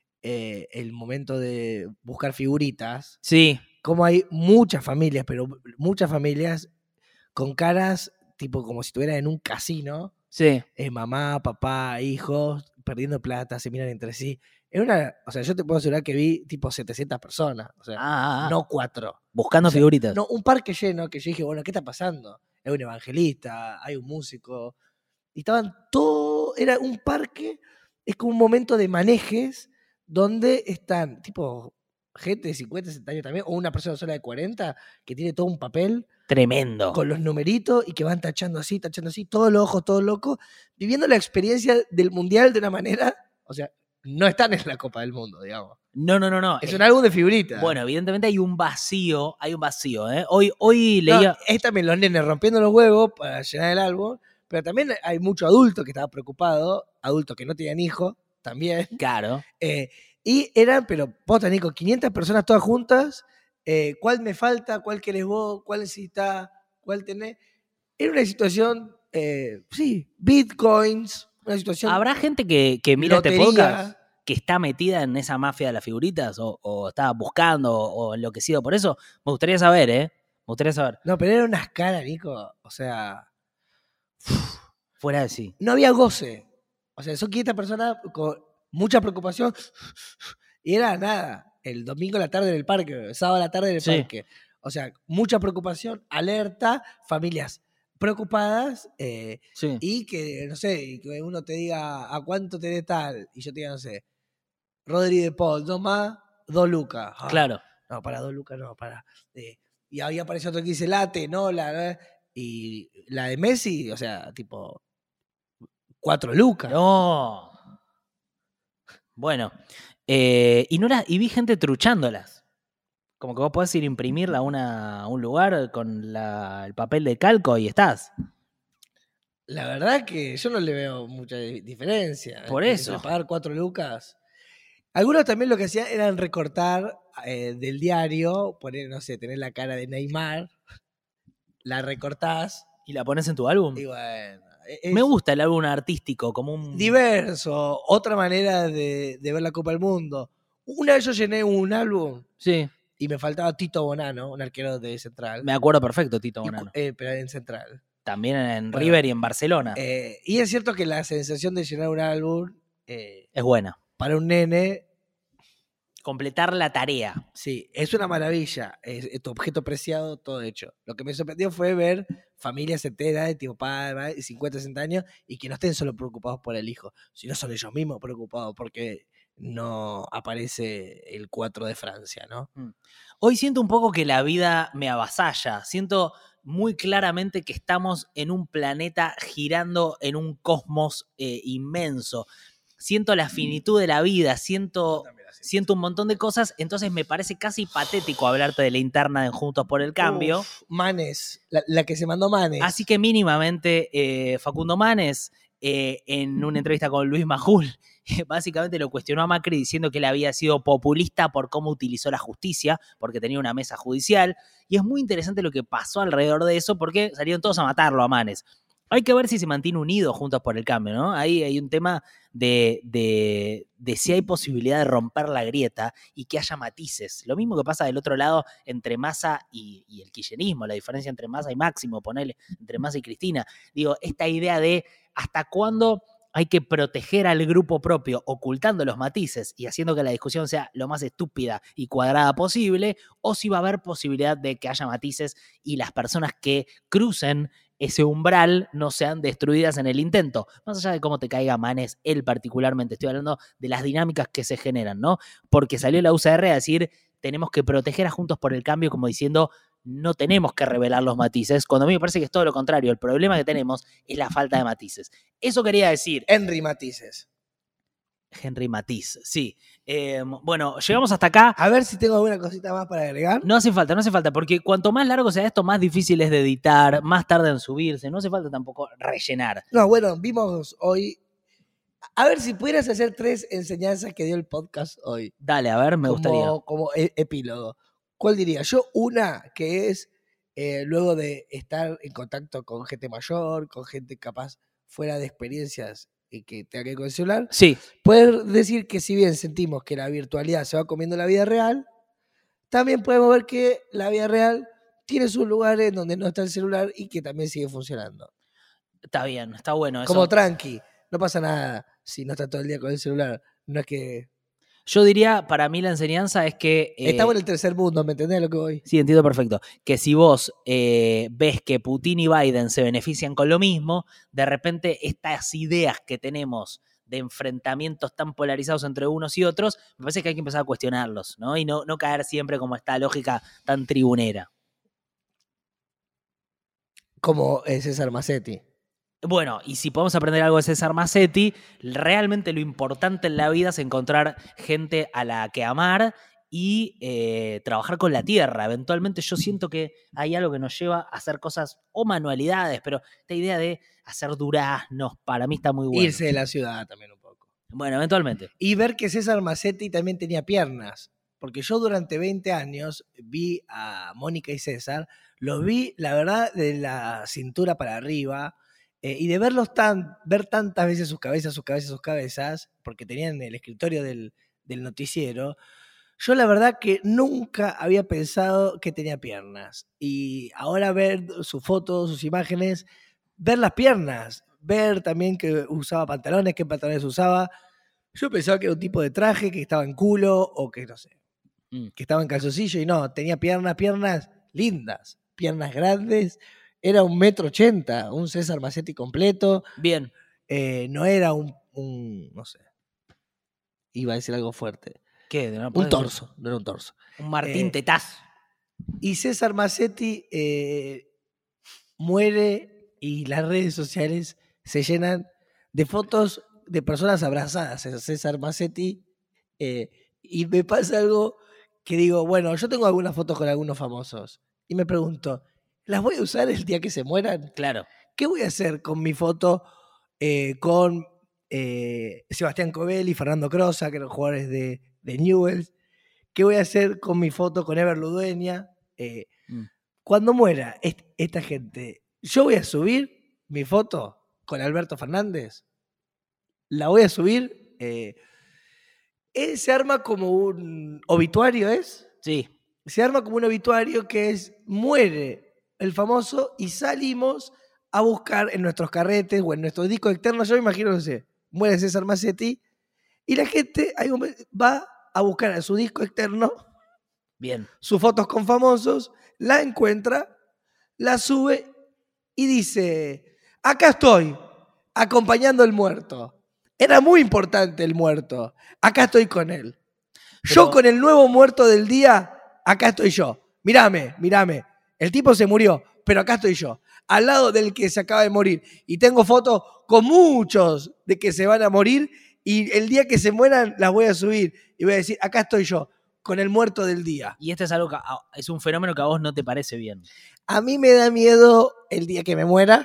eh, el momento de buscar figuritas, Sí, como hay muchas familias, pero muchas familias con caras tipo como si estuvieran en un casino, sí. eh, mamá, papá, hijos, perdiendo plata, se miran entre sí. Es una, o sea, yo te puedo asegurar que vi tipo setecientas personas, o sea, Ah, ah, ah. no cuatro. Buscando O sea, figuritas. No, un parque lleno que yo dije, bueno, ¿qué está pasando? Hay un evangelista, hay un músico. Y estaban todo, era un parque, es como un momento de manejes donde están, tipo, gente de cincuenta, sesenta años también, o una persona sola de cuarenta que tiene todo un papel Tremendo. con los numeritos y que van tachando así, tachando así, todos los ojos, todos locos, viviendo la experiencia del mundial de una manera, o sea, no están en la Copa del Mundo, digamos. No, no, no, no. Es Eh, un álbum de figuritas. Bueno, evidentemente hay un vacío, hay un vacío, ¿eh? Hoy, hoy No, leía. es también los nenes rompiendo los huevos para llenar el álbum, pero también hay mucho adulto que estaba preocupado, adultos que no tenían hijos también. Claro. Eh, y eran, pero posta, Nico, quinientas personas todas juntas. Eh, ¿Cuál me falta? ¿Cuál querés vos? ¿Cuál necesitas? ¿Cuál tenés? Era una situación, eh, sí, bitcoins, una situación. ¿Habrá gente que, que mira lotería. este podcast que está metida en esa mafia de las figuritas o, o está buscando o enloquecido por eso? Me gustaría saber, ¿eh? Me gustaría saber. No, pero eran unas caras, Nico. O sea, Fuera de sí. no había goce. O sea, son quinientas personas con mucha preocupación. Y era nada. El domingo a la tarde en el parque, el sábado a la tarde en el Sí. parque. O sea, mucha preocupación, alerta, familias preocupadas eh, Sí. y que, no sé, y que uno te diga a cuánto tenés tal. Y yo te diga, no sé, Rodri de Paul, dos más, dos lucas. Ah, Claro. No, para dos lucas, no, para. Eh, y había aparecido otro que dice late, no, la. Y la de Messi, o sea, tipo, cuatro lucas. No. Bueno. Eh, y, no era, y vi gente truchándolas. Como que vos podés ir a imprimirla a, una, a un lugar con la, el papel de calco y estás. La verdad que yo no le veo mucha di- diferencia. Por entre eso. pagar cuatro lucas. Algunos también lo que hacían eran recortar eh, del diario, poner, no sé, tener la cara de Neymar, la recortás ¿Y la pones en tu álbum? y bueno. Es Me gusta el álbum artístico, como un... diverso, otra manera de, de ver la Copa del Mundo. Una vez yo llené un álbum Sí, y me faltaba Tito Bonano, un arquero de Central. me acuerdo perfecto, Tito Y cu- Bonano. eh, pero en Central. También en Bueno, River y en Barcelona. Eh, y es cierto que la sensación de llenar un álbum eh, Es buena. para un nene, Completar la tarea. sí, es una maravilla. Es, es tu objeto preciado, todo hecho. Lo que me sorprendió fue ver familias enteras de tipo padre, de cincuenta, sesenta años y que no estén solo preocupados por el hijo, sino son ellos mismos preocupados porque no aparece el cuatro de Francia, ¿no? Hoy siento un poco que la vida me avasalla. Siento muy claramente que estamos en un planeta girando en un cosmos eh, inmenso. Siento la finitud de la vida, siento, siento un montón de cosas, entonces me parece casi patético hablarte de la interna de Juntos por el Cambio. Uf, Manes, la, la que se mandó Manes. Así que mínimamente eh, Facundo Manes, eh, en una entrevista con Luis Majul, básicamente lo cuestionó a Macri diciendo que él había sido populista por cómo utilizó la justicia, porque tenía una mesa judicial, y es muy interesante lo que pasó alrededor de eso, porque salieron todos a matarlo a Manes. Hay que ver si se mantiene unido Juntos por el Cambio, ¿no? Ahí hay un tema de, de, de si hay posibilidad de romper la grieta y que haya matices. Lo mismo que pasa del otro lado entre Massa y, y el kirchnerismo, la diferencia entre Massa y Máximo, ponele, entre Massa y Cristina. Digo, esta idea de hasta cuándo hay que proteger al grupo propio ocultando los matices y haciendo que la discusión sea lo más estúpida y cuadrada posible, o si va a haber posibilidad de que haya matices y las personas que crucen ese umbral no sean destruidas en el intento. Más allá de cómo te caiga Manes, él particularmente, estoy hablando de las dinámicas que se generan, ¿no? Porque salió la U C R a decir, tenemos que proteger a Juntos por el Cambio, como diciendo, no tenemos que revelar los matices, cuando a mí me parece que es todo lo contrario. El problema que tenemos es la falta de matices. Eso quería decir. Henry Matices. Henry Matiz, sí. Eh, bueno, llegamos hasta acá. A ver si tengo alguna cosita más para agregar. No hace falta, no hace falta, porque cuanto más largo sea esto, más difícil es de editar, más tarda en subirse. No hace falta tampoco rellenar. No, bueno, vimos hoy. A ver si pudieras hacer tres enseñanzas que dio el podcast hoy. Dale, a ver, me como, gustaría. Como e- epílogo. ¿Cuál diría? Yo una que es, eh, luego de estar en contacto con gente mayor, con gente capaz fuera de experiencias y que tenga que ir con el celular, Sí. poder decir que si bien sentimos que la virtualidad se va comiendo la vida real, también podemos ver que la vida real tiene sus lugares donde no está el celular y que también sigue funcionando. Está bien, está bueno eso. Como tranqui, no pasa nada si no está todo el día con el celular. No es que... Yo diría, para mí la enseñanza es que... Eh, Estamos en el tercer mundo, ¿me entendés a lo que voy? Sí, entiendo perfecto. Que si vos eh, ves que Putin y Biden se benefician con lo mismo, de repente estas ideas que tenemos de enfrentamientos tan polarizados entre unos y otros, me parece que hay que empezar a cuestionarlos, ¿no? Y no, no caer siempre como esta lógica tan tribunera. Como eh, César Massetti. Bueno, y si podemos aprender algo de César Massetti, realmente lo importante en la vida es encontrar gente a la que amar y eh, trabajar con la tierra. Eventualmente yo siento que hay algo que nos lleva a hacer cosas o manualidades, pero esta idea de hacer duraznos para mí está muy buena. Irse de la ciudad también un poco. Bueno, eventualmente. Y ver que César Massetti también tenía piernas. Porque yo durante veinte años vi a Mónica y César, los vi, la verdad, de la cintura para arriba. Eh, y de verlos tan, ver tantas veces sus cabezas, sus cabezas, sus cabezas, porque tenían el escritorio del, del noticiero, yo la verdad que nunca había pensado que tenía piernas. Y ahora ver sus fotos, sus imágenes, ver las piernas, ver también que usaba pantalones, qué pantalones usaba. Yo pensaba que era un tipo de traje, que estaba en culo o que no sé, mm. que estaba en calzoncillo y no, tenía piernas, piernas lindas, piernas grandes. Era un metro ochenta, un César Massetti completo. Bien. Eh, no era un, un, no sé, iba a decir algo fuerte. ¿Qué? ¿No un torso, decir? No era un torso. Un Martín eh, Tetaz. Y César Massetti eh, muere y las redes sociales se llenan de fotos de personas abrazadas. César Massetti. Eh, y me pasa algo que digo, bueno, yo tengo algunas fotos con algunos famosos. Y me pregunto, ¿las voy a usar el día que se mueran? Claro. ¿Qué voy a hacer con mi foto eh, con eh, Sebastián Covel y Fernando Crosa, que eran jugadores de, de Newell's? ¿Qué voy a hacer con mi foto con Ever Ludueña? Eh, mm. Cuando muera est- esta gente, yo voy a subir mi foto con Alberto Fernández. La voy a subir. Eh, eh, se arma como un obituario, ¿es? Sí. Se arma como un obituario que es, muere el famoso y salimos a buscar en nuestros carretes o en nuestros discos externos. Yo me imagino, no sé, muere César Massetti y la gente va a buscar a su disco externo. Bien. Sus fotos con famosos, la encuentra, la sube y dice, acá estoy, acompañando al muerto. Era muy importante el muerto. Acá estoy con él. Pero... yo con el nuevo muerto del día, acá estoy yo. Mírame, mírame. El tipo se murió, pero acá estoy yo. Al lado del que se acaba de morir. Y tengo fotos con muchos de que se van a morir. Y el día que se mueran las voy a subir. Y voy a decir, acá estoy yo, con el muerto del día. Y este es algo que es un fenómeno que a vos no te parece bien. A mí me da miedo el día que me muera.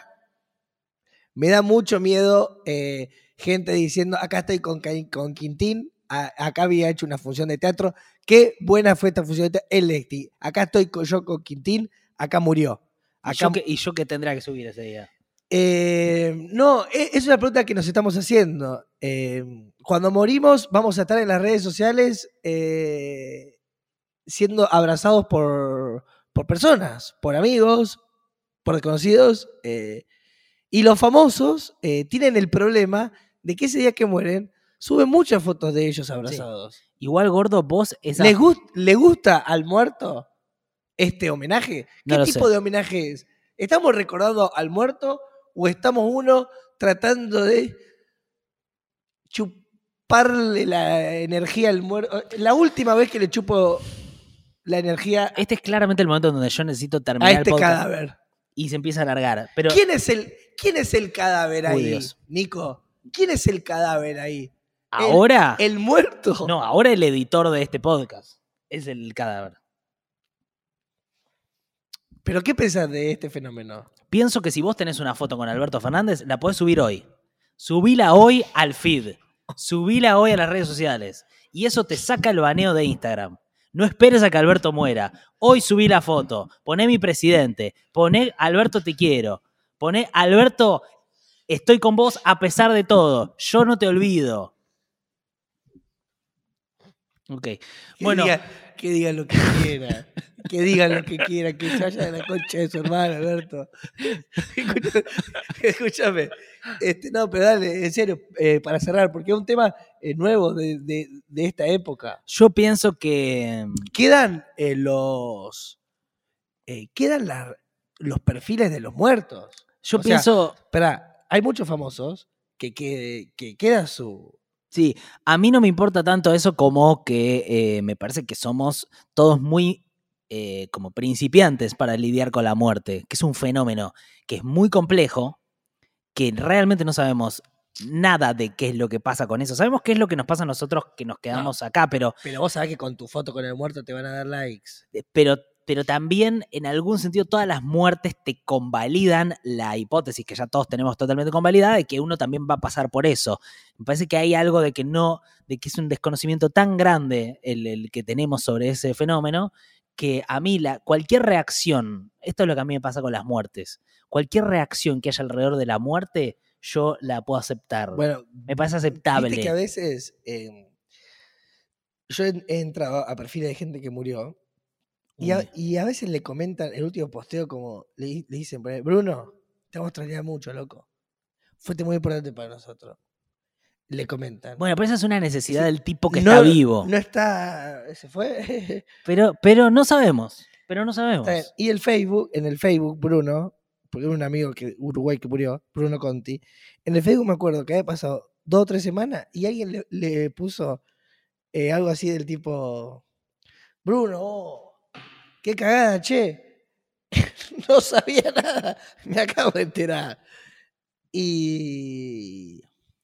Me da mucho miedo eh, gente diciendo, acá estoy con, con Quintín. A, acá había hecho una función de teatro. Qué buena fue esta función de teatro. El Lesti. Acá estoy con, yo con Quintín. Acá murió. Acá, ¿Y, yo que, ¿Y yo qué tendría que subir ese día? Eh, no, es una pregunta que nos estamos haciendo. Eh, cuando morimos vamos a estar en las redes sociales eh, siendo abrazados por, por personas, por amigos, por desconocidos. Eh, y los famosos eh, tienen el problema de que ese día que mueren, suben muchas fotos de ellos abrazados. Sí. Igual, gordo, vos... Esa... ¿Les, gust, ¿Le gusta al muerto este homenaje? ¿Qué no tipo sé. de homenaje es? ¿Estamos recordando al muerto o estamos uno tratando de chuparle la energía al muerto? La última vez que le chupo la energía... Este es claramente el momento donde yo necesito terminar a este el podcast cadáver. Y se empieza a alargar. Pero... ¿Quién es el, quién es el cadáver ahí, Uy, Dios. Nico? ¿Quién es el cadáver ahí? ¿Ahora? ¿El, el muerto? No, ahora el editor de este podcast es el cadáver. ¿Pero qué pensás de este fenómeno? Pienso que si vos tenés una foto con Alberto Fernández, la podés subir hoy. Subila hoy al feed. Subila hoy a las redes sociales. Y eso te saca el baneo de Instagram. No esperes a que Alberto muera. Hoy subí la foto. Poné mi presidente. Poné Alberto te quiero. Poné Alberto estoy con vos a pesar de todo. Yo no te olvido. Ok. Que Bueno. Diga, que digan lo que quiera. Que digan lo que quiera. Que se vaya de la concha de su hermano, Alberto. Escúchame. Este, no, pero dale, en serio, eh, para cerrar, porque es un tema eh, nuevo de, de, de esta época. Yo pienso que... Quedan eh, los... Eh, quedan la, los perfiles de los muertos. Yo o pienso... Sea, espera, hay muchos famosos que, que, que queda su... Sí, a mí no me importa tanto eso como que eh, me parece que somos todos muy eh, como principiantes para lidiar con la muerte, que es un fenómeno que es muy complejo, que realmente no sabemos nada de qué es lo que pasa con eso. Sabemos qué es lo que nos pasa a nosotros que nos quedamos no, acá, pero... Pero vos sabés que con tu foto con el muerto te van a dar likes. Pero... pero también en algún sentido todas las muertes te convalidan la hipótesis que ya todos tenemos totalmente convalidada de que uno también va a pasar por eso. Me parece que hay algo de que no, de que es un desconocimiento tan grande el, el que tenemos sobre ese fenómeno que a mí la, cualquier reacción, esto es lo que a mí me pasa con las muertes, cualquier reacción que haya alrededor de la muerte yo la puedo aceptar. Bueno, me parece aceptable. Viste que a veces eh, yo he, he entrado a perfiles de gente que murió. Y a, y a veces le comentan el último posteo como, le, le dicen, Bruno, te vamos a extrañar mucho, loco. Fuiste muy importante para nosotros. Le comentan. Bueno, pero esa es una necesidad sí, del tipo que no, está vivo. No está, se fue. pero, pero no sabemos, pero no sabemos. Y el Facebook, en el Facebook, Bruno, porque era un amigo que Uruguay que murió, Bruno Conti, en el Facebook me acuerdo que había pasado dos o tres semanas y alguien le, le puso eh, algo así del tipo, Bruno, oh, qué cagada, che. No sabía nada. Me acabo de enterar. Y...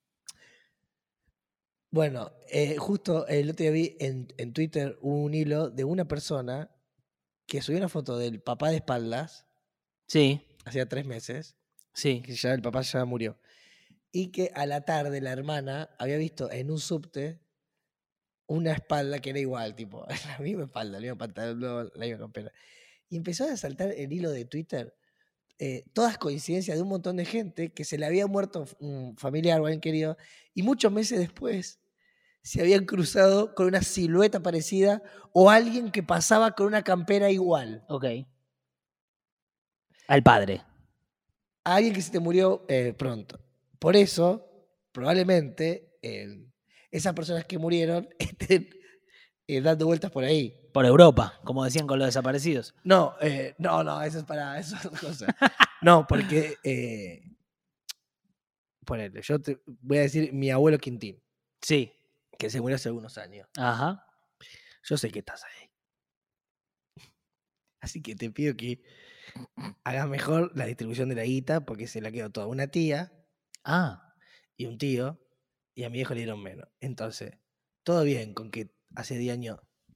Bueno, eh, justo el otro día vi en, en Twitter un hilo de una persona que subió una foto del papá de espaldas. Sí. Hacía tres meses. Sí. Que ya el papá ya murió. Y que a la tarde la hermana había visto en un subte una espalda que era igual, tipo, la misma espalda, la misma pantalón, la misma campera. Y empezó a saltar el hilo de Twitter, eh, todas coincidencias de un montón de gente que se le había muerto un familiar o alguien querido, y muchos meses después se habían cruzado con una silueta parecida o alguien que pasaba con una campera igual. Ok. Al padre. A alguien que se te murió eh, pronto. Por eso, probablemente, eh, esas personas que murieron estén eh, dando vueltas por ahí. Por Europa, como decían con los desaparecidos. No, eh, no, no, eso es para eso es otra cosa. No, porque eh, ponele, yo te voy a decir mi abuelo Quintín. Sí. Que se murió hace algunos años. Ajá. Yo sé que estás ahí. Así que te pido que hagas mejor la distribución de la guita, porque se la quedó toda una tía ah. y un tío, y a mi viejo le dieron menos. Entonces, todo bien con que hace diez años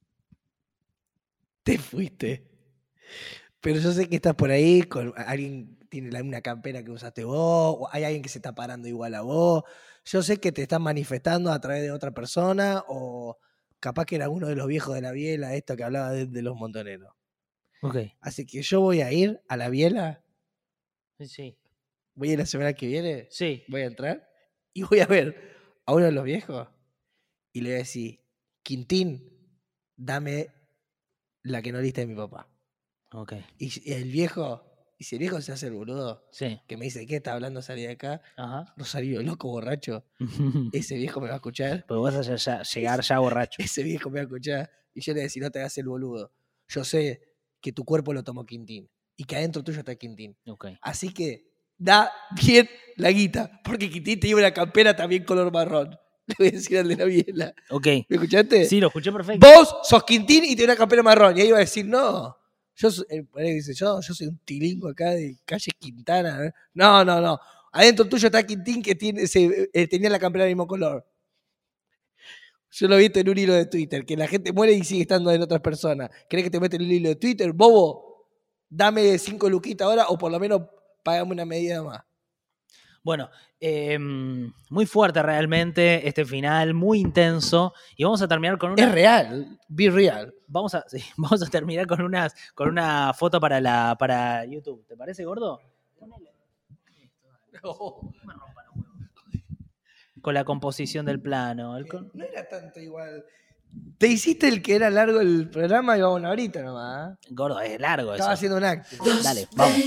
te fuiste. Pero yo sé que estás por ahí, con alguien tiene la misma campera que usaste vos, o hay alguien que se está parando igual a vos. Yo sé que te están manifestando a través de otra persona, o capaz que era uno de los viejos de la biela, esto que hablaba de, de los montoneros. Okay. Así que yo voy a ir a la biela. Sí. Voy a ir la semana que viene. Sí. Voy a entrar y voy a ver a uno de los viejos y le voy a decir, Quintín, dame la que no lista de mi papá. Okay. Y el viejo Y si el viejo se hace el boludo, Sí. que me dice, ¿qué está hablando salir de acá? Ajá. Rosario, loco, borracho. Ese viejo me va a escuchar. Pues vos vas a ya- llegar ya borracho. Ese viejo me va a escuchar. Y yo le voy a decir, no te hagas el boludo. Yo sé que tu cuerpo lo tomó Quintín. Y que adentro tuyo está Quintín. Ok. Así que da bien la guita. Porque Quintín te lleva una campera también color marrón. Le voy a decir al de la biela. Ok. ¿Me escuchaste? Sí, lo escuché perfecto. Vos sos Quintín y tenés una campera marrón. Y ahí va a decir, no. Yo soy, él dice, yo, yo soy un tilingo acá de calle Quintana. No, no, no. Adentro tuyo está Quintín que tiene, se, eh, tenía la campera del mismo color. Yo lo he visto en un hilo de Twitter, que la gente muere y sigue estando en otras personas. ¿Querés que te meta en el hilo de Twitter? Bobo, dame cinco luquitas ahora o por lo menos pagame una medida más. Bueno, eh, muy fuerte realmente este final, muy intenso. Y vamos a terminar con una. Es real, be real. Vamos a, sí, vamos a terminar con, unas, con una foto para, la, para YouTube. ¿Te parece, gordo? No. Con la composición del plano. El con... No era tanto igual. Te hiciste el que era largo el programa y va una horita nomás. ¿eh? Gordo, es largo eso. Estaba haciendo un acto. Dale, vamos.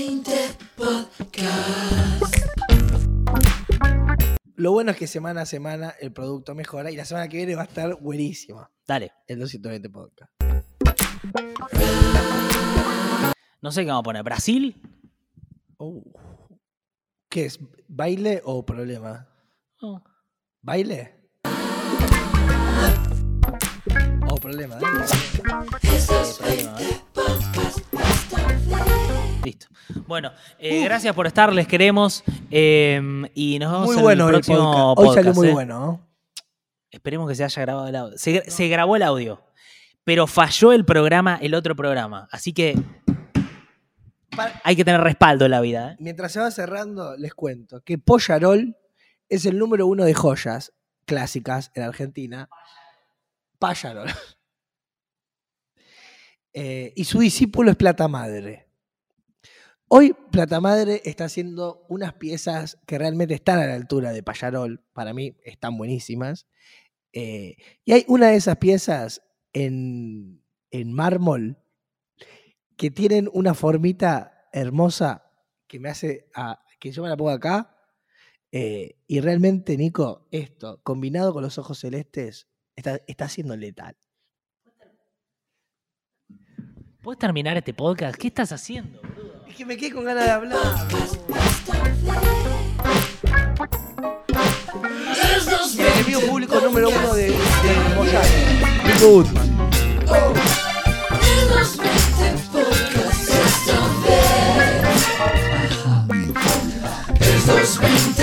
Lo bueno es que semana a semana el producto mejora y la semana que viene va a estar buenísima. Dale. El doscientos veinte Podcast. No sé qué vamos a poner. ¿Brasil? Uh. ¿Qué es? ¿Baile o problema? Oh. ¿Baile? O problema. ¿eh? problema, ¿eh? Listo. Bueno, eh, uh. gracias por estar, les queremos eh, y nos vemos muy en bueno el próximo el podcast. podcast. Hoy salió muy ¿eh? bueno, ¿no? Esperemos que se haya grabado el audio. Se, no. se grabó el audio, pero falló el programa, el otro programa. Así que Para... hay que tener respaldo en la vida. ¿eh? Mientras se va cerrando, les cuento que Pollarol es el número uno de joyas clásicas en Argentina. Pollarol. Eh, y su discípulo es Plata Madre. Hoy Plata Madre está haciendo unas piezas que realmente están a la altura de Pollarol. Para mí están buenísimas. Eh, y hay una de esas piezas en, en mármol que tienen una formita hermosa que me hace a, que yo me la pongo acá. Eh, y realmente, Nico, esto, combinado con los ojos celestes, está, está siendo letal. ¿Puedes terminar este podcast? ¿Qué estás haciendo, boludo? Es que me quedé con ganas de hablar. El enemigo público número uno de, de Mozart, Nico Goodman. Esos